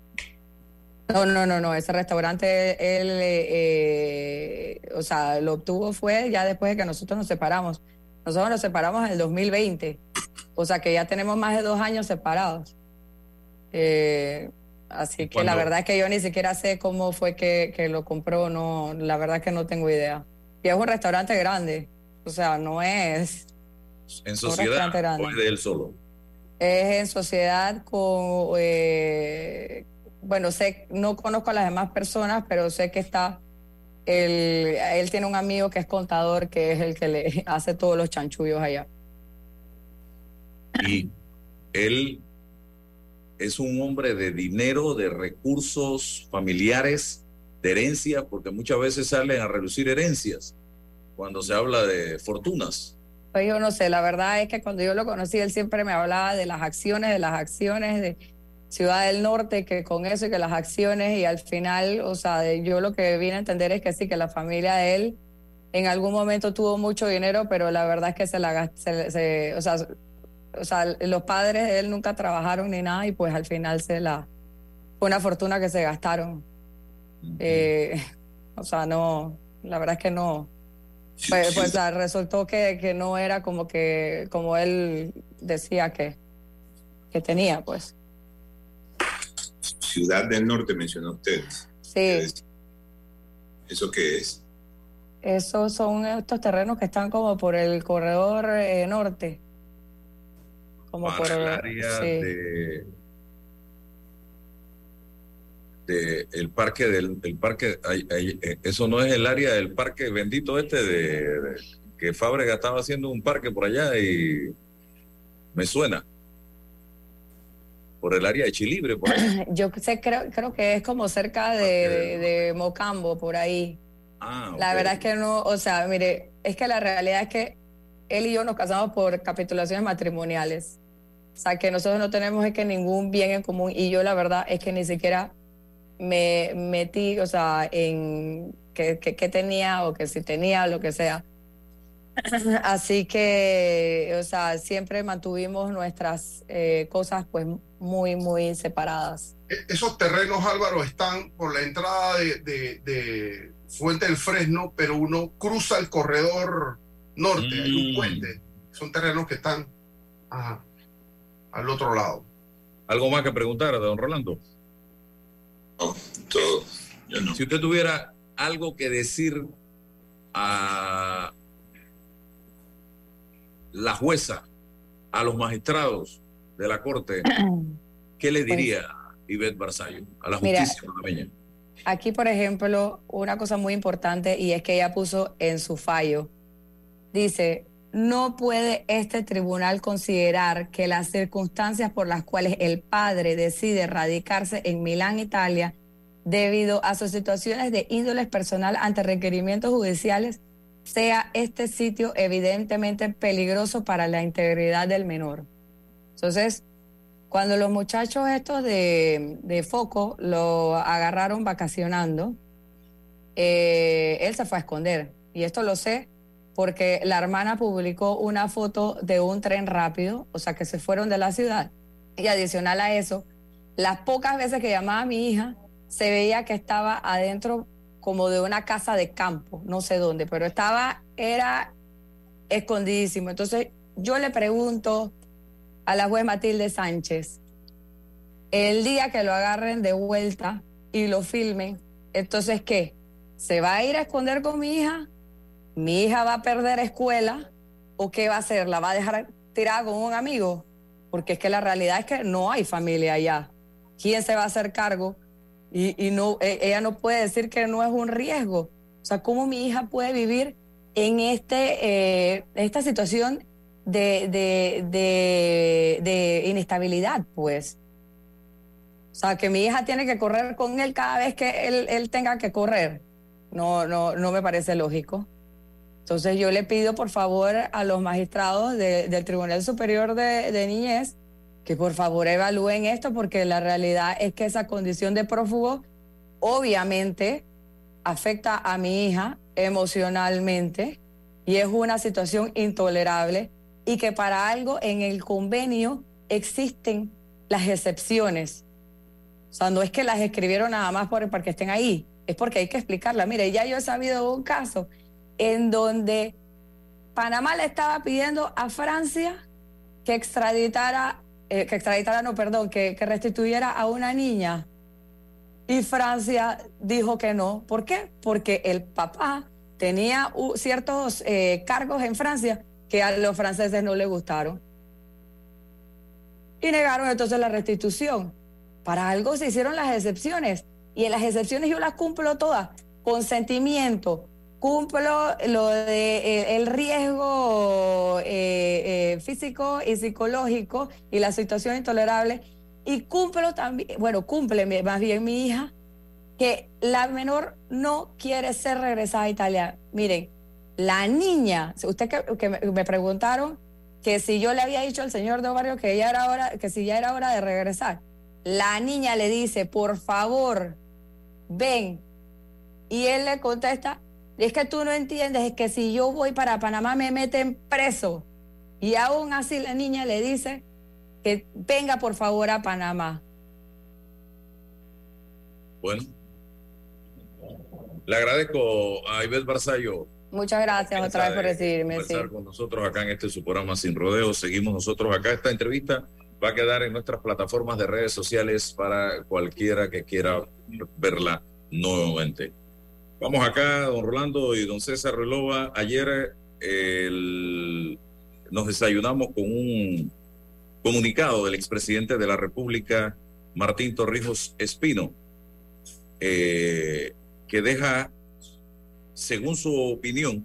No, no, no, no. Ese restaurante, él, eh, o sea, lo obtuvo fue ya después de que nosotros nos separamos. Nosotros nos separamos en el dos mil veinte. O sea, que ya tenemos más de dos años separados. Eh, así que la verdad es que yo ni siquiera sé cómo fue que, que lo compró. No, la verdad es que no tengo idea. Y es un restaurante grande. O sea, no es... ¿En sociedad o es de él solo? Es en sociedad con... Eh, bueno, sé, no conozco a las demás personas, pero sé que está... Él, él tiene un amigo que es contador, que es el que le hace todos los chanchullos allá. Y él es un hombre de dinero, de recursos familiares, de herencia, porque muchas veces salen a relucir herencias cuando se habla de fortunas. Pues yo no sé, la verdad es que cuando yo lo conocí, él siempre me hablaba de las acciones, de las acciones de Ciudad del Norte, que con eso y que las acciones, y al final, o sea, de, yo lo que vine a entender es que sí, que la familia de él en algún momento tuvo mucho dinero, pero la verdad es que se la gastó, se, se, o sea, o sea, los padres de él nunca trabajaron ni nada y pues al final se la fue una fortuna que se gastaron. Uh-huh. Eh, o sea, no, la verdad es que no. Pues, pues o sea, resultó que, que no era como que como él decía que, que tenía, pues. Ciudad del Norte mencionó usted. Sí. ¿Eso qué es? Esos son estos terrenos que están como por el corredor eh, norte. Como Para por el área sí. de, de el parque del el parque hay, hay, eso no es el área del parque bendito este de, de que Fábrega estaba haciendo un parque por allá y me suena por el área de Chilibre por ahí. Yo sé, creo creo que es como cerca de, de, de Mocambo por ahí. Ah, okay. La verdad es que no, o sea, mire, es que la realidad es que él y yo nos casamos por capitulaciones matrimoniales. O sea, que nosotros no tenemos es que ningún bien en común y yo la verdad es que ni siquiera me metí, o sea, en qué que, que tenía o que si tenía, lo que sea. Así que, o sea, siempre mantuvimos nuestras eh, cosas pues muy, muy separadas. Esos terrenos, Álvaro, están por la entrada de, de, de Fuente del Fresno, pero uno cruza el corredor norte, mm. hay un puente. Son terrenos que están ajá, al otro lado. ¿Algo más que preguntar a don Rolando? No, todo. Yo no. Si usted tuviera algo que decir a la jueza, a los magistrados de la corte, ¿qué le diría pues, Ivette Barzallo a la justicia panameña? Aquí, por ejemplo, una cosa muy importante y es que ella puso en su fallo, dice, no puede este tribunal considerar que las circunstancias por las cuales el padre decide radicarse en Milán, Italia, debido a sus situaciones de índole personal ante requerimientos judiciales, sea este sitio evidentemente peligroso para la integridad del menor. Entonces, cuando los muchachos estos de, de Foco lo agarraron vacacionando, eh, él se fue a esconder. Y esto lo sé porque la hermana publicó una foto de un tren rápido, o sea que se fueron de la ciudad. Y adicional a eso, las pocas veces que llamaba a mi hija, se veía que estaba adentro como de una casa de campo, no sé dónde, pero estaba, era escondidísimo. Entonces yo le pregunto a la juez Matilde Sánchez, el día que lo agarren de vuelta y lo filmen, entonces ¿qué? ¿Se va a ir a esconder con mi hija? ¿Mi hija va a perder escuela? ¿O qué va a hacer? ¿La va a dejar tirada con un amigo? Porque es que la realidad es que no hay familia allá. ¿Quién se va a hacer cargo? Y, y no, ella no puede decir que no es un riesgo. O sea, ¿cómo mi hija puede vivir en este, eh, esta situación de, de, de, de inestabilidad, pues? O sea, que mi hija tiene que correr con él cada vez que él, él tenga que correr. No, no, no me parece lógico. Entonces yo le pido, por favor, a los magistrados de, del Tribunal Superior de, de Niñez que por favor evalúen esto, porque la realidad es que esa condición de prófugo obviamente afecta a mi hija emocionalmente y es una situación intolerable y que para algo en el convenio existen las excepciones. O sea, no es que las escribieron nada más por, para que estén ahí, es porque hay que explicarla. Mire, ya yo he sabido de un caso en donde Panamá le estaba pidiendo a Francia que extraditara Eh, que extraditara, no, perdón, que, que restituyera a una niña. Y Francia dijo que no. ¿Por qué? Porque el papá tenía uh, ciertos eh, cargos en Francia que a los franceses no les gustaron. Y negaron entonces la restitución. Para algo se hicieron las excepciones. Y en las excepciones yo las cumplo todas. Consentimiento. Cumplo lo de eh, el riesgo eh, eh, físico y psicológico y la situación intolerable Y cumplo también, bueno, cumple más bien mi hija, que la menor no quiere ser regresada a Italia. Miren, la niña, usted que, que me, me preguntaron que si yo le había dicho al señor de Barrio que ya era hora, que si ya era hora de regresar. La niña le dice, por favor, ven. Y él le contesta, es que tú no entiendes, es que si yo voy para Panamá me meten preso. Y aún así la niña le dice que venga por favor a Panamá. Bueno, le agradezco a Ivette Barzallo. Muchas gracias otra vez por recibirme. Conversar sí. con nosotros acá en este su programa Sin Rodeos. Seguimos nosotros acá. Esta entrevista va a quedar en nuestras plataformas de redes sociales para cualquiera que quiera verla nuevamente. Vamos acá, don Rolando y don César Relova. Ayer el, nos desayunamos con un comunicado del expresidente de la República, Martín Torrijos Espino, eh, que deja, según su opinión,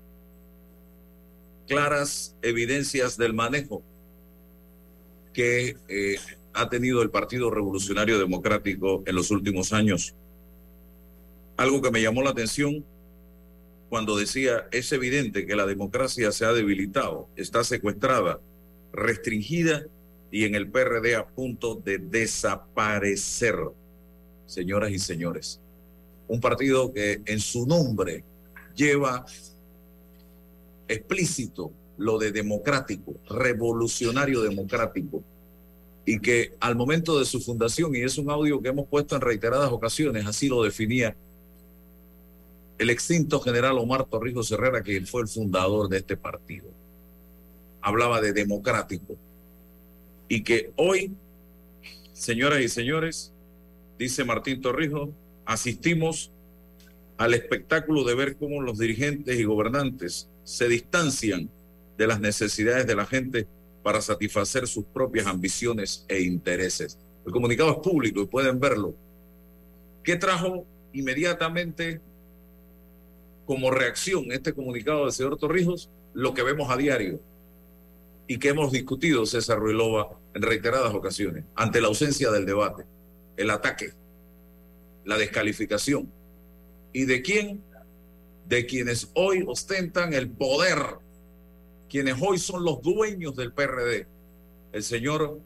claras evidencias del manejo que eh, ha tenido el Partido Revolucionario Democrático en los últimos años. Algo que me llamó la atención cuando decía, es evidente que la democracia se ha debilitado, está secuestrada, restringida y en el P R D a punto de desaparecer. Señoras y señores, un partido que en su nombre lleva explícito lo de democrático, revolucionario democrático, y que al momento de su fundación, y es un audio que hemos puesto en reiteradas ocasiones, así lo definía el extinto general Omar Torrijos Herrera, que fue el fundador de este partido. Hablaba de democrático. Y que hoy, señoras y señores, dice Martín Torrijos, asistimos al espectáculo de ver cómo los dirigentes y gobernantes se distancian de las necesidades de la gente para satisfacer sus propias ambiciones e intereses. El comunicado es público y pueden verlo. ¿Qué trajo inmediatamente como reacción este comunicado del señor Torrijos? Lo que vemos a diario y que hemos discutido, César Ruilova, en reiteradas ocasiones, ante la ausencia del debate, el ataque, la descalificación. ¿Y de quién? De quienes hoy ostentan el poder, quienes hoy son los dueños del P R D. El señor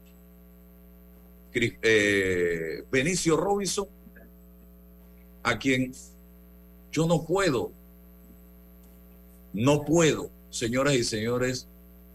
eh, Benicio Robinson, a quien yo no puedo, no puedo, señoras y señores,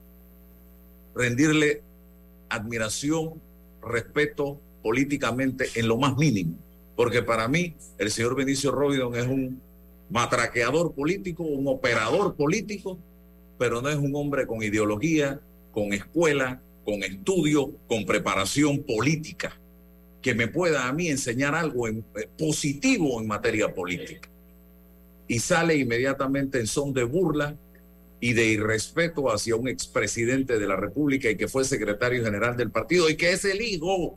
rendirle admiración, respeto políticamente en lo más mínimo, porque para mí el señor Benicio Robinson es un matraqueador político, un operador político, pero no es un hombre con ideología, con escuela, con estudio, con preparación política, que me pueda a mí enseñar algo en, eh, positivo en materia política. Y sale inmediatamente en son de burla y de irrespeto hacia un expresidente de la República y que fue secretario general del partido y que es el hijo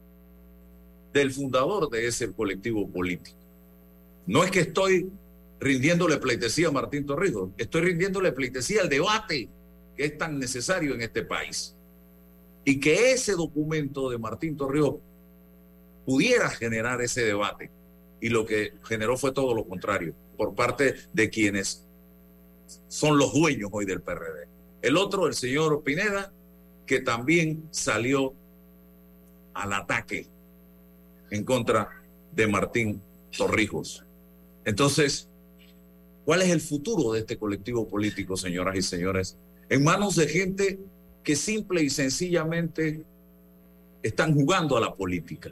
del fundador de ese colectivo político. No es que estoy rindiéndole pleitesía a Martín Torrijos, estoy rindiéndole pleitesía al debate que es tan necesario en este país. Y que ese documento de Martín Torrijos pudiera generar ese debate. Y lo que generó fue todo lo contrario, por parte de quienes son los dueños hoy del P R D. El otro, el señor Pineda, que también salió al ataque en contra de Martín Torrijos. Entonces, ¿cuál es el futuro de este colectivo político, señoras y señores? En manos de gente que simple y sencillamente están jugando a la política.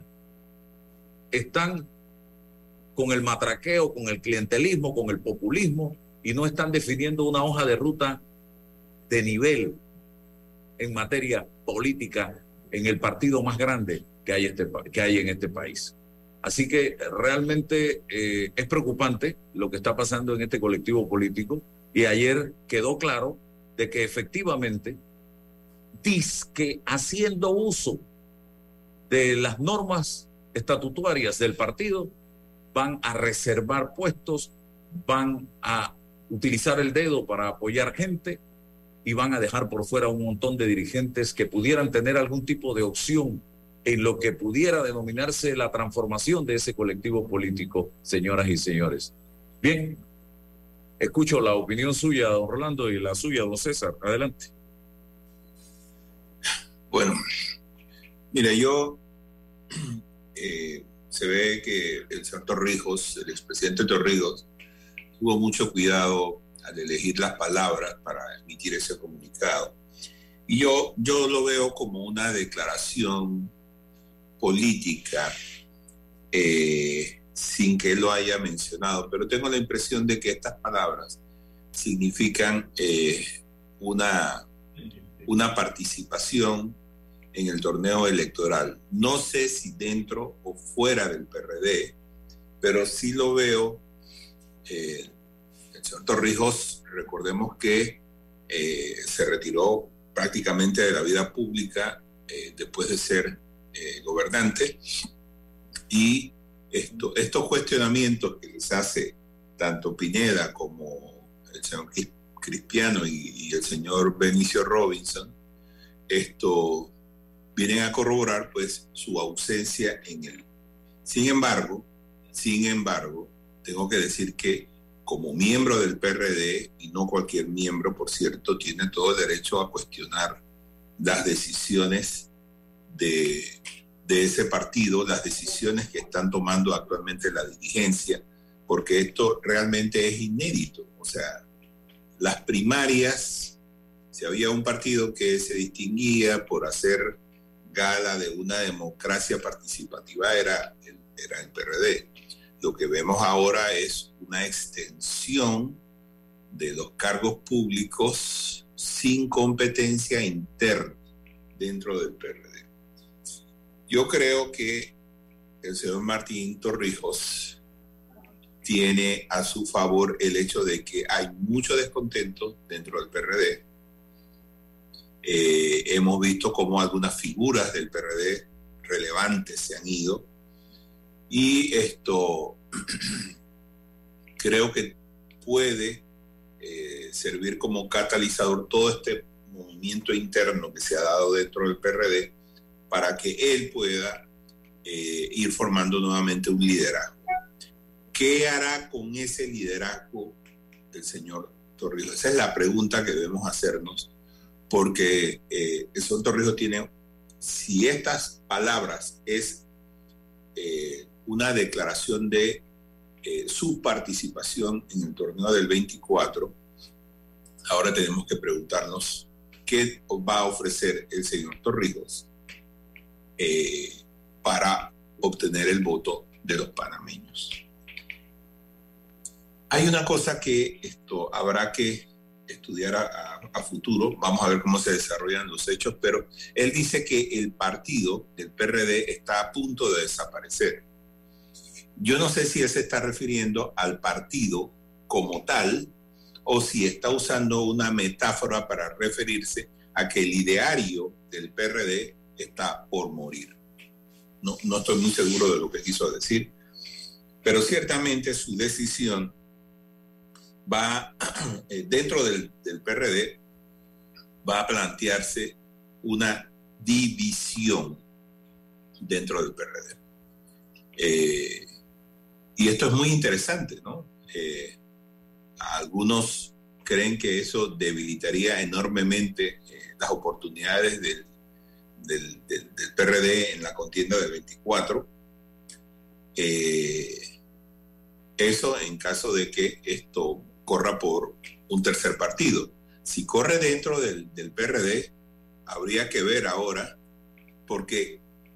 Están con el matraqueo, con el clientelismo, con el populismo, y no están definiendo una hoja de ruta de nivel en materia política en el partido más grande que hay, este, que hay en este país. Así que realmente eh, es preocupante lo que está pasando en este colectivo político, y ayer quedó claro de que efectivamente dizque haciendo uso de las normas estatutarias del partido van a reservar puestos, van a utilizar el dedo para apoyar gente y van a dejar por fuera un montón de dirigentes que pudieran tener algún tipo de opción en lo que pudiera denominarse la transformación de ese colectivo político, señoras y señores. Bien, escucho la opinión suya, don Rolando, y la suya, don César. Adelante. Bueno, mira, yo eh, se ve que el señor Torrijos, el expresidente Torrijos, tuvo mucho cuidado al elegir las palabras para emitir ese comunicado. Y yo, yo lo veo como una declaración política, eh, sin que él lo haya mencionado, pero tengo la impresión de que estas palabras significan eh, una, una participación en el torneo electoral. No sé si dentro o fuera del P R D, pero sí lo veo. Eh, el señor Torrijos, recordemos que eh, se retiró prácticamente de la vida pública eh, después de ser eh, gobernante, y esto, estos cuestionamientos que les hace tanto Pineda como el señor Crispiano y, y el señor Benicio Robinson, esto vienen a corroborar pues su ausencia en él. Sin embargo, sin embargo, tengo que decir que como miembro del P R D, y no cualquier miembro, por cierto, tiene todo el derecho a cuestionar las decisiones de, de ese partido, las decisiones que están tomando actualmente la dirigencia, porque esto realmente es inédito. O sea, las primarias, si había un partido que se distinguía por hacer gala de una democracia participativa, era el, era el P R D. Lo que vemos ahora es una extensión de los cargos públicos sin competencia interna dentro del P R D. Yo creo que el señor Martín Torrijos tiene a su favor el hecho de que hay mucho descontento dentro del P R D. Eh, hemos visto cómo algunas figuras del P R D relevantes se han ido, y esto creo que puede eh, servir como catalizador todo este movimiento interno que se ha dado dentro del P R D para que él pueda eh, ir formando nuevamente un liderazgo. ¿Qué hará con ese liderazgo del señor Torrijos? Esa es la pregunta que debemos hacernos, porque eh, el señor Torrijos tiene, si estas palabras es eh, una declaración de eh, su participación en el torneo del veinticuatro, ahora tenemos que preguntarnos qué va a ofrecer el señor Torrijos eh, para obtener el voto de los panameños. Hay una cosa que esto habrá que estudiar a, a, a futuro, vamos a ver cómo se desarrollan los hechos, pero él dice que el partido del P R D está a punto de desaparecer. Yo no sé si él se está refiriendo al partido como tal o si está usando una metáfora para referirse a que el ideario del P R D está por morir. No, no estoy muy seguro de lo que quiso decir, pero ciertamente su decisión va, eh, dentro del, del P R D, va a plantearse una división dentro del P R D. Eh, y esto es muy interesante, ¿no? Eh, algunos creen que eso debilitaría enormemente eh, las oportunidades del, del, del, del P R D en la contienda del veinticuatro. Eh, eso en caso de que esto corra por un tercer partido. Si corre dentro del, del P R D, habría que ver ahora, porque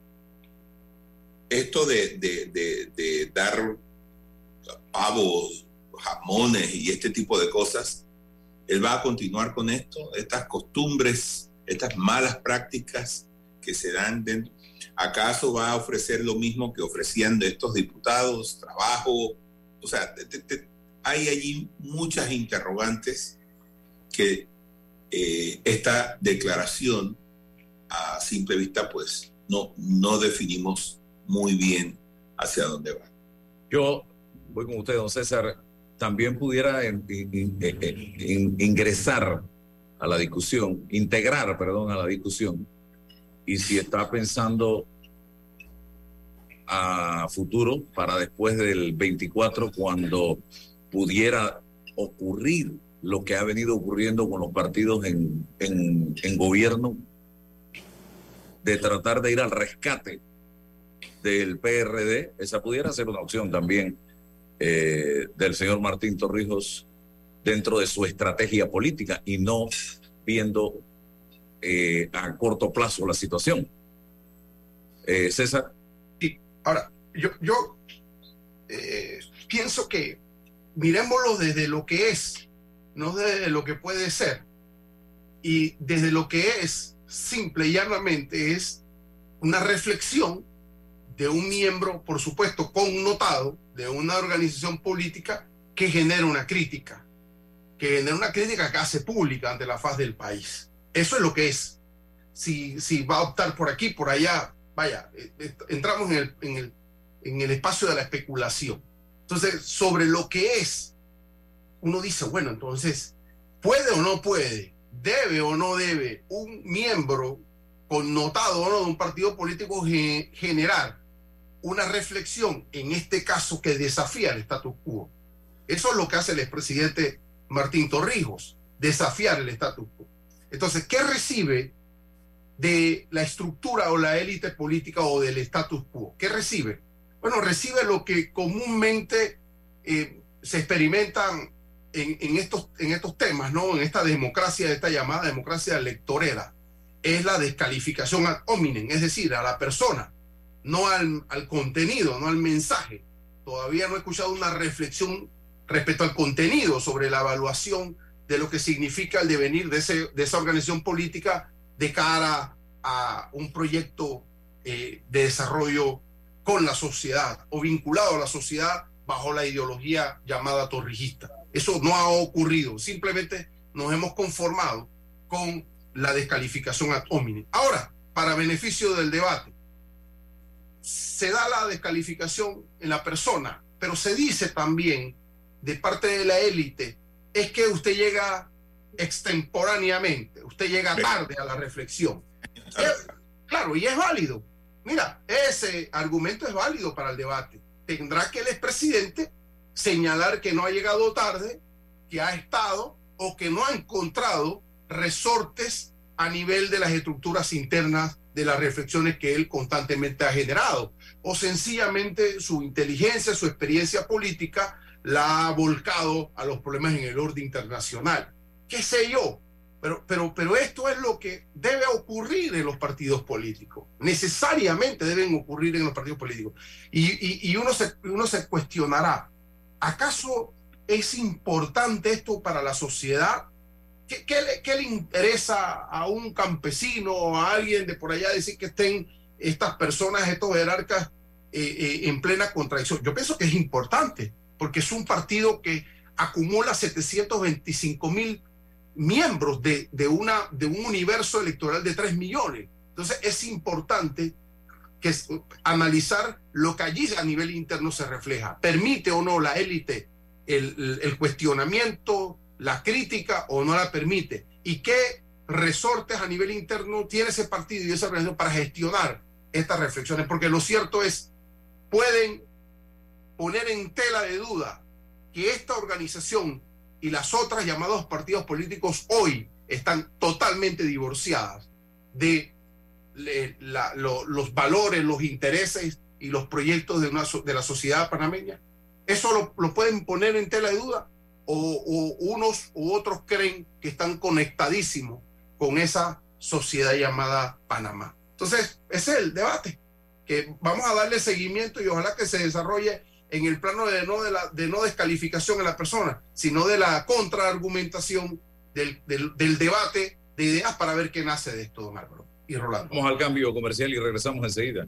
esto de, de, de, de dar pavos, jamones y este tipo de cosas, él va a continuar con esto, estas costumbres, estas malas prácticas que se dan dentro. ¿Acaso va a ofrecer lo mismo que ofrecían de estos diputados, trabajo? O sea, te, te, te, hay allí muchas interrogantes que eh, esta declaración a simple vista pues no, no definimos muy bien hacia dónde va. Yo voy con usted, don César. También pudiera en, en, en, en, ingresar a la discusión, integrar, perdón, a la discusión, y si está pensando a futuro para después del veinticuatro, cuando pudiera ocurrir lo que ha venido ocurriendo con los partidos en, en, en gobierno, de tratar de ir al rescate del P R D? Esa pudiera ser una opción también eh, del señor Martín Torrijos dentro de su estrategia política, y no viendo eh, a corto plazo la situación. Eh, César. Sí, ahora, yo, yo eh, pienso que miremoslo desde lo que es, no desde lo que puede ser. Y desde lo que es, simple y llanamente, es una reflexión de un miembro, por supuesto, connotado de una organización política que genera una crítica, que genera una crítica que hace pública ante la faz del país. Eso es lo que es. Si, si va a optar por aquí, por allá, vaya, entramos en el, en el, en el espacio de la especulación. Entonces, sobre lo que es, uno dice, bueno, entonces, ¿puede o no puede, debe o no debe un miembro connotado o no de un partido político ge- generar una reflexión, en este caso, que desafía el status quo? Eso es lo que hace el expresidente Martín Torrijos, desafiar el status quo. Entonces, ¿qué recibe de la estructura o la élite política o del status quo? ¿Qué recibe? Bueno, recibe lo que comúnmente eh, se experimentan en, en, estos, en estos temas, ¿no? En esta democracia, esta llamada democracia electorera, es la descalificación ad hominem, es decir, a la persona, no al, al contenido, no al mensaje. Todavía no he escuchado una reflexión respecto al contenido sobre la evaluación de lo que significa el devenir de, ese, de esa organización política de cara a un proyecto eh, de desarrollo con la sociedad o vinculado a la sociedad bajo la ideología llamada torrijista. Eso no ha ocurrido, simplemente nos hemos conformado con la descalificación ad hominem. Ahora, para beneficio del debate, se da la descalificación en la persona, pero se dice también de parte de la élite, es que usted llega extemporáneamente, usted llega tarde a la reflexión. Es, claro, y es válido. Mira, ese argumento es válido para el debate. Tendrá que el expresidente señalar que no ha llegado tarde, que ha estado o que no ha encontrado resortes a nivel de las estructuras internas de las reflexiones que él constantemente ha generado, o sencillamente su inteligencia, su experiencia política la ha volcado a los problemas en el orden internacional. ¿Qué sé yo? Pero, pero, pero esto es lo que debe ocurrir en los partidos políticos. Necesariamente deben ocurrir en los partidos políticos. Y, y, y uno, se, uno se cuestionará, ¿acaso es importante esto para la sociedad? ¿Qué, qué, le, ¿Qué le interesa a un campesino o a alguien de por allá decir que estén estas personas, estos jerarcas eh, eh, en plena contradicción? Yo pienso que es importante, porque es un partido que acumula setecientos veinticinco mil miembros de, de, una, de un universo electoral de tres millones. Entonces es importante que es, analizar lo que allí a nivel interno se refleja. ¿Permite o no la élite el, el, el cuestionamiento, la crítica, o no la permite? ¿Y qué resortes a nivel interno tiene ese partido y esa organización para gestionar estas reflexiones? Porque lo cierto es, pueden poner en tela de duda que esta organización y las otras llamados partidos políticos hoy están totalmente divorciadas de le, la, lo, los valores, los intereses y los proyectos de, una, de la sociedad panameña. ¿Eso lo, lo pueden poner en tela de duda? O, o unos u otros creen que están conectadísimos con esa sociedad llamada Panamá. Entonces, ese es el debate que vamos a darle seguimiento y ojalá que se desarrolle en el plano de no, de la, de no descalificación a la persona, sino de la contraargumentación del, del, del debate de ideas para ver qué nace de esto, don Álvaro y Rolando. Vamos al cambio comercial y regresamos enseguida.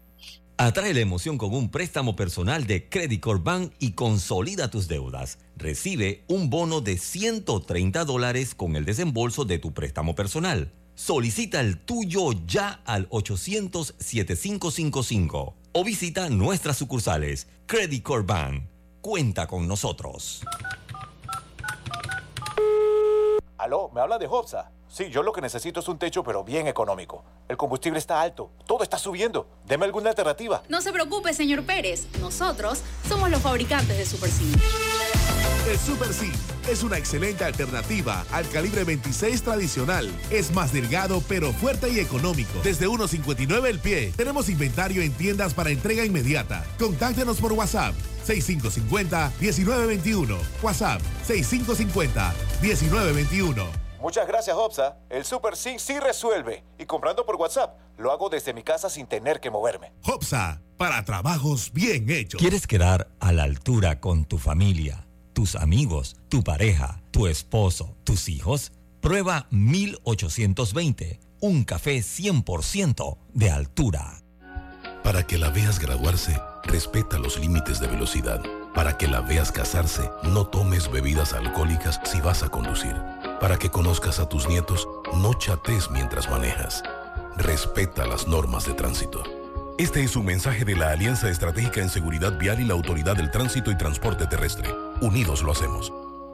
Atrae la emoción con un préstamo personal de Credit Corp Bank y consolida tus deudas. Recibe un bono de ciento treinta dólares con el desembolso de tu préstamo personal. Solicita el tuyo ya al ochocientos, setenta y cinco cincuenta y cinco o visita nuestras sucursales. Credit Corp Bank. Cuenta con nosotros. Aló, ¿me habla de Hopsa? Sí, yo lo que necesito es un techo, pero bien económico. El combustible está alto, todo está subiendo. Deme alguna alternativa. No se preocupe, señor Pérez. Nosotros somos los fabricantes de Super Zinc. El Super Zinc es una excelente alternativa al calibre veintiséis tradicional. Es más delgado, pero fuerte y económico. Desde uno cincuenta y nueve el pie. Tenemos inventario en tiendas para entrega inmediata. Contáctenos por WhatsApp seis cinco cinco cero, uno nueve dos uno. WhatsApp seis cinco cinco cero, uno nueve dos uno. Muchas gracias, Hopsa. El Super Zinc sí resuelve. Y comprando por WhatsApp, lo hago desde mi casa sin tener que moverme. Hopsa, para trabajos bien hechos. ¿Quieres quedar a la altura con tu familia, tus amigos, tu pareja, tu esposo, tus hijos? Prueba mil ochocientos veinte, un café cien por ciento de altura. Para que la veas graduarse, respeta los límites de velocidad. Para que la veas casarse, no tomes bebidas alcohólicas si vas a conducir. Para que conozcas a tus nietos, no chatees mientras manejas. Respeta las normas de tránsito. Este es un mensaje de la Alianza Estratégica en Seguridad Vial y la Autoridad del Tránsito y Transporte Terrestre. Unidos lo hacemos.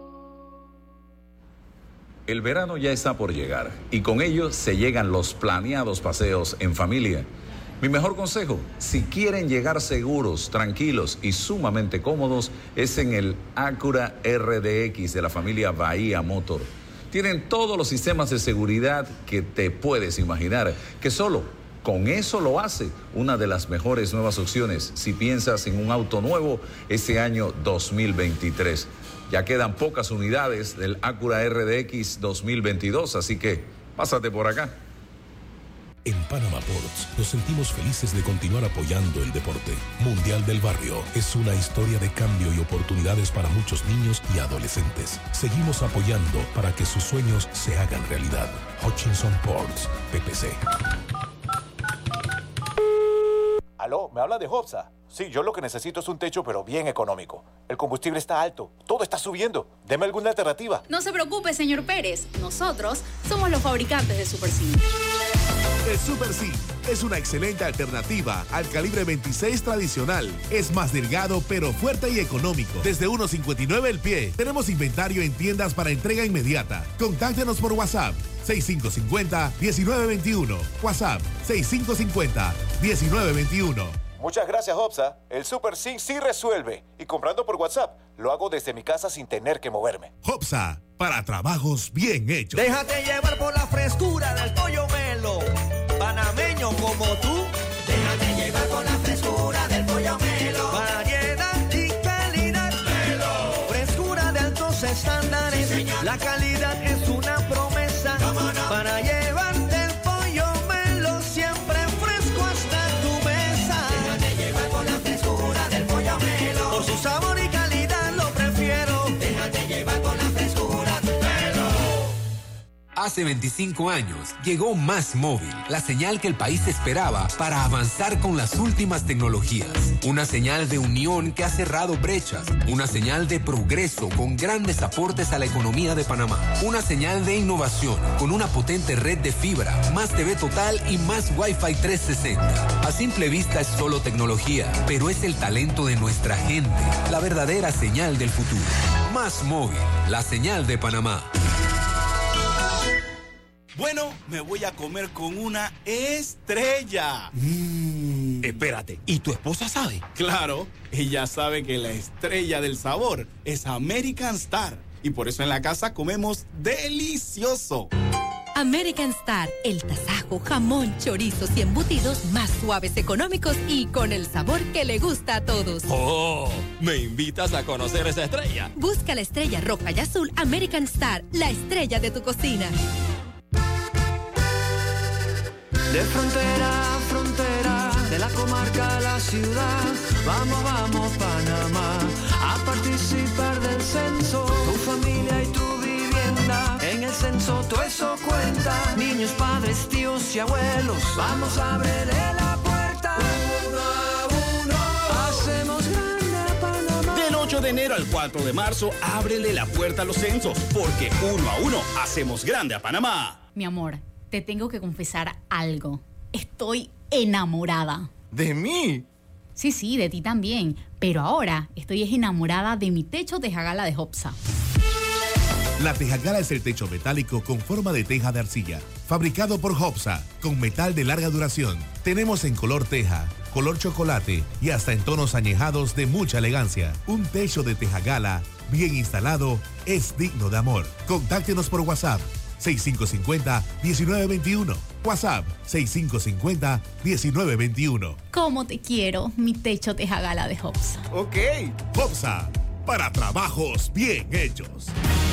El verano ya está por llegar y con ello se llegan los planeados paseos en familia. Mi mejor consejo, si quieren llegar seguros, tranquilos y sumamente cómodos, es en el Acura R D X de la familia Bahía Motor. Tienen todos los sistemas de seguridad que te puedes imaginar, que solo con eso lo hace una de las mejores nuevas opciones si piensas en un auto nuevo este año dos mil veintitrés. Ya quedan pocas unidades del Acura R D X dos mil veintidós, así que pásate por acá. En Panama Ports nos sentimos felices de continuar apoyando el deporte. Mundial del Barrio es una historia de cambio y oportunidades para muchos niños y adolescentes. Seguimos apoyando para que sus sueños se hagan realidad. Hutchinson Ports, P P C. Aló, ¿me habla de Hopsa? Sí, yo lo que necesito es un techo, pero bien económico. El combustible está alto, todo está subiendo. Deme alguna alternativa. No se preocupe, señor Pérez. Nosotros somos los fabricantes de Super Zinc. El Super Zinc es una excelente alternativa al calibre veintiséis tradicional. Es más delgado, pero fuerte y económico. Desde uno cincuenta y nueve el pie. Tenemos inventario en tiendas para entrega inmediata. Contáctenos por WhatsApp seis cinco cinco cero, uno nueve dos uno. WhatsApp seis cinco cinco cero, uno nueve dos uno. Muchas gracias, Hopsa. El Super Zinc sí resuelve. Y comprando por WhatsApp, lo hago desde mi casa sin tener que moverme. Hopsa, para trabajos bien hechos. Déjate llevar por la frescura del pollo Melo. Panameño como tú. Déjate llevar por la frescura del pollo Melo. Variedad y calidad. Melo. Frescura de altos estándares. Sí, la calidad es una promesa. No? Para llevarte el pollo Melo siempre fresco hasta tu mesa. Déjate llevar por la frescura del pollo Melo. Por su sabor y calidad lo prefiero. Déjate llevar por la frescura del Melo. Hace veinticinco años llegó Más Móvil, la señal que el país esperaba para avanzar con las últimas tecnologías. Una señal de unión que ha cerrado brechas. Una señal de progreso con grandes aportes a la economía de Panamá. Una señal de innovación con una potente red de fibra, más T V total y más Wi-Fi trescientos sesenta. A simple vista es solo tecnología, pero es el talento de nuestra gente, la verdadera señal del futuro. Más Móvil, la señal de Panamá. Bueno, me voy a comer con una estrella. Mm. Espérate, ¿y tu esposa sabe? Claro, ella sabe que la estrella del sabor es American Star. Y por eso en la casa comemos delicioso. American Star, el tasajo, jamón, chorizos y embutidos más suaves, económicos y con el sabor que le gusta a todos. ¡Oh! ¿Me invitas a conocer esa estrella? Busca la estrella roja y azul American Star, la estrella de tu cocina. De frontera a frontera, de la comarca a la ciudad, vamos, vamos Panamá, a participar del censo, tu familia y tu vivienda, en el censo todo eso cuenta, niños, padres, tíos y abuelos, vamos a abrirle la puerta, uno a uno, hacemos grande a Panamá. Del ocho de enero al cuatro de marzo, ábrele la puerta a los censos, porque uno a uno hacemos grande a Panamá. Mi amor, te tengo que confesar algo. Estoy enamorada. ¿De mí? Sí, sí, de ti también. Pero ahora estoy enamorada de mi techo de Jagala de Hopsa. La Tejagala es el techo metálico con forma de teja de arcilla, fabricado por Hopsa, con metal de larga duración. Tenemos en color teja, color chocolate y hasta en tonos añejados de mucha elegancia. Un techo de Tejagala bien instalado es digno de amor. Contáctenos por WhatsApp seis cinco cinco cero, uno nueve dos uno. WhatsApp seis cinco cinco cero, uno nueve dos uno. ¿Cómo te quiero, mi techo Tejagala de Hopsa? Ok. Hopsa, para trabajos bien hechos.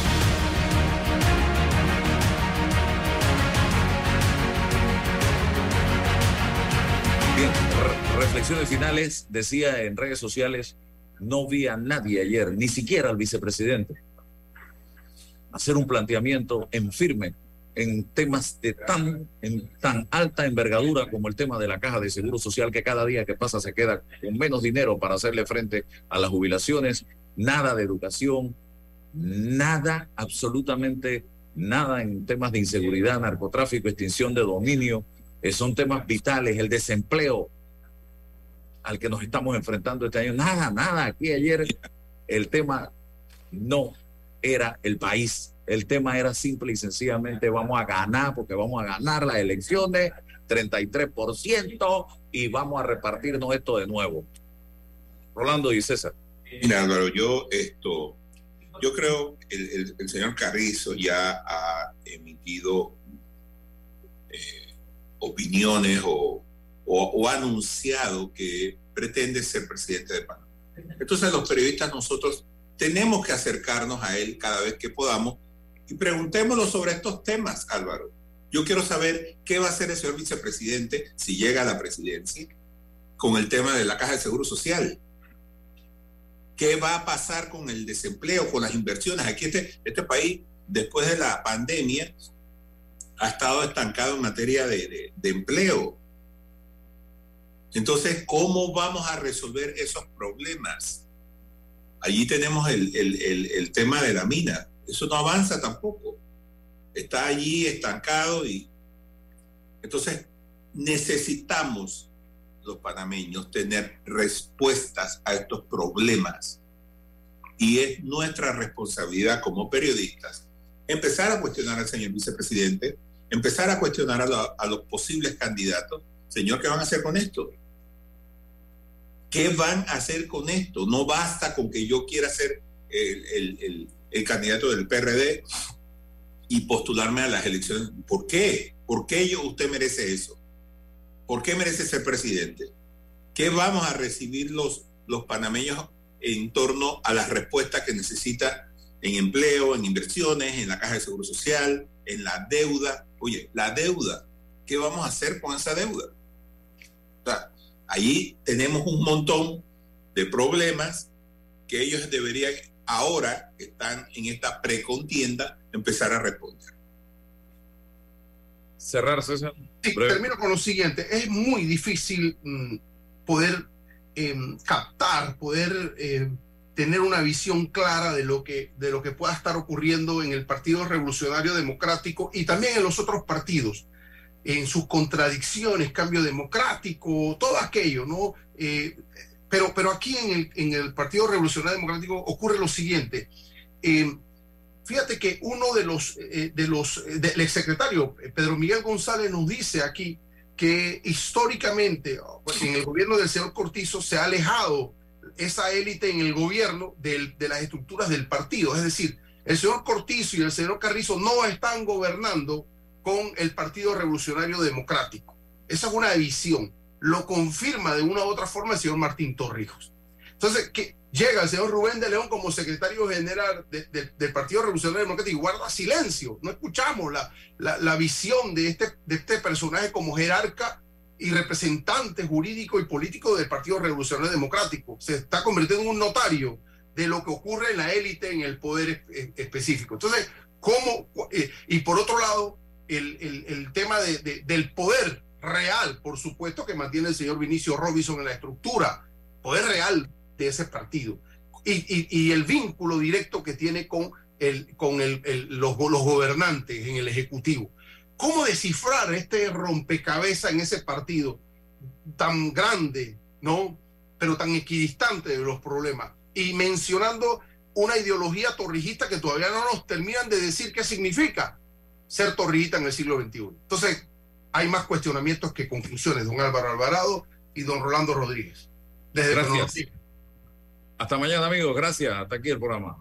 Bien, re- reflexiones finales. Decía en redes sociales, no vi a nadie ayer, ni siquiera al vicepresidente, hacer un planteamiento en firme en temas de tan, en tan alta envergadura como el tema de la caja de seguro social, que cada día que pasa se queda con menos dinero para hacerle frente a las jubilaciones. Nada de educación, nada, absolutamente nada en temas de inseguridad, narcotráfico, extinción de dominio. Eh, son temas vitales, el desempleo al que nos estamos enfrentando este año. Nada, nada. Aquí ayer el tema no era el país. El tema era simple y sencillamente vamos a ganar porque vamos a ganar las elecciones, treinta y tres por ciento, y vamos a repartirnos esto de nuevo. Rolando y César. Mira, Álvaro, yo esto, yo creo que el, el, el señor Carrizo ya ha emitido eh, opiniones o, o, o ha anunciado que pretende ser presidente de Panamá. Entonces los periodistas nosotros tenemos que acercarnos a él cada vez que podamos y preguntémoslo sobre estos temas, Álvaro. Yo quiero saber qué va a hacer el señor vicepresidente si llega a la presidencia con el tema de la caja de seguro social. ¿Qué va a pasar con el desempleo, con las inversiones? Aquí este, este país, después de la pandemia, ha estado estancado en materia de, de, de empleo. Entonces, ¿cómo vamos a resolver esos problemas? Allí tenemos el, el, el, el tema de la mina. Eso no avanza tampoco. Está allí estancado y entonces necesitamos los panameños tener respuestas a estos problemas. Y es nuestra responsabilidad como periodistas empezar a cuestionar al señor vicepresidente, empezar a cuestionar a, lo, a los posibles candidatos. Señor, ¿qué van a hacer con esto? ¿Qué van a hacer con esto? No basta con que yo quiera ser el, el, el, el candidato del P R D y postularme a las elecciones. ¿Por qué? ¿Por qué yo, usted merece eso? ¿Por qué merece ser presidente? ¿Qué vamos a recibir los, los panameños en torno a las respuestas que necesita en empleo, en inversiones, en la caja de seguro social, en la deuda? Oye, la deuda, ¿qué vamos a hacer con esa deuda? O sea, ahí tenemos un montón de problemas que ellos deberían, ahora que están en esta precontienda, empezar a responder. Cerrar, César. Sí, termino con lo siguiente. Es muy difícil mmm, poder eh, captar, poder eh, tener una visión clara de lo que, de lo que pueda estar ocurriendo en el Partido Revolucionario Democrático y también en los otros partidos, en sus contradicciones, cambio democrático, todo aquello, ¿no? Eh, pero, pero aquí en el, en el Partido Revolucionario Democrático ocurre lo siguiente. Eh, Fíjate que uno de los, eh, de los del exsecretario Pedro Miguel González nos dice aquí que históricamente en el gobierno del señor Cortizo se ha alejado esa élite en el gobierno del, de las estructuras del partido. Es decir, el señor Cortizo y el señor Carrizo no están gobernando con el Partido Revolucionario Democrático. Esa es una visión. Lo confirma de una u otra forma el señor Martín Torrijos. Entonces, ¿qué? Llega el señor Rubén de León como secretario general de, de, del Partido Revolucionario Democrático y guarda silencio. No escuchamos la, la, la visión de este, de este personaje como jerarca y representante jurídico y político del Partido Revolucionario Democrático. Se está convirtiendo en un notario de lo que ocurre en la élite, en el poder es, específico. Entonces, ¿cómo? Eh, y por otro lado, el, el, el tema de, de, del poder real, por supuesto, que mantiene el señor Vinicio Robinson en la estructura, poder real de ese partido y, y, y el vínculo directo que tiene con, el, con el, el, los, los gobernantes en el Ejecutivo. ¿Cómo descifrar este rompecabezas en ese partido tan grande, ¿no? Pero tan equidistante de los problemas? Y mencionando una ideología torrijista que todavía no nos terminan de decir qué significa ser torrijista en el siglo veintiuno. Entonces, hay más cuestionamientos que conclusiones, don Álvaro Alvarado y don Rolando Rodríguez. Desde Gracias. Hasta mañana, amigos. Gracias. Hasta aquí el programa.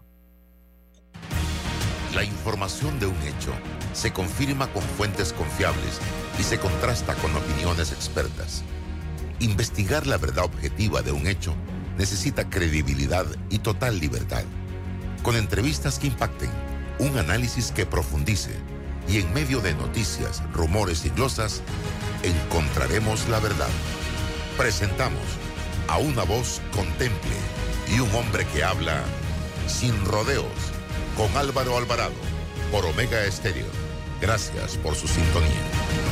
La información de un hecho se confirma con fuentes confiables y se contrasta con opiniones expertas. Investigar la verdad objetiva de un hecho necesita credibilidad y total libertad. Con entrevistas que impacten, un análisis que profundice y en medio de noticias, rumores y glosas, encontraremos la verdad. Presentamos a una voz contemple y un hombre que habla sin rodeos, con Álvaro Alvarado, por Omega Estéreo. Gracias por su sintonía.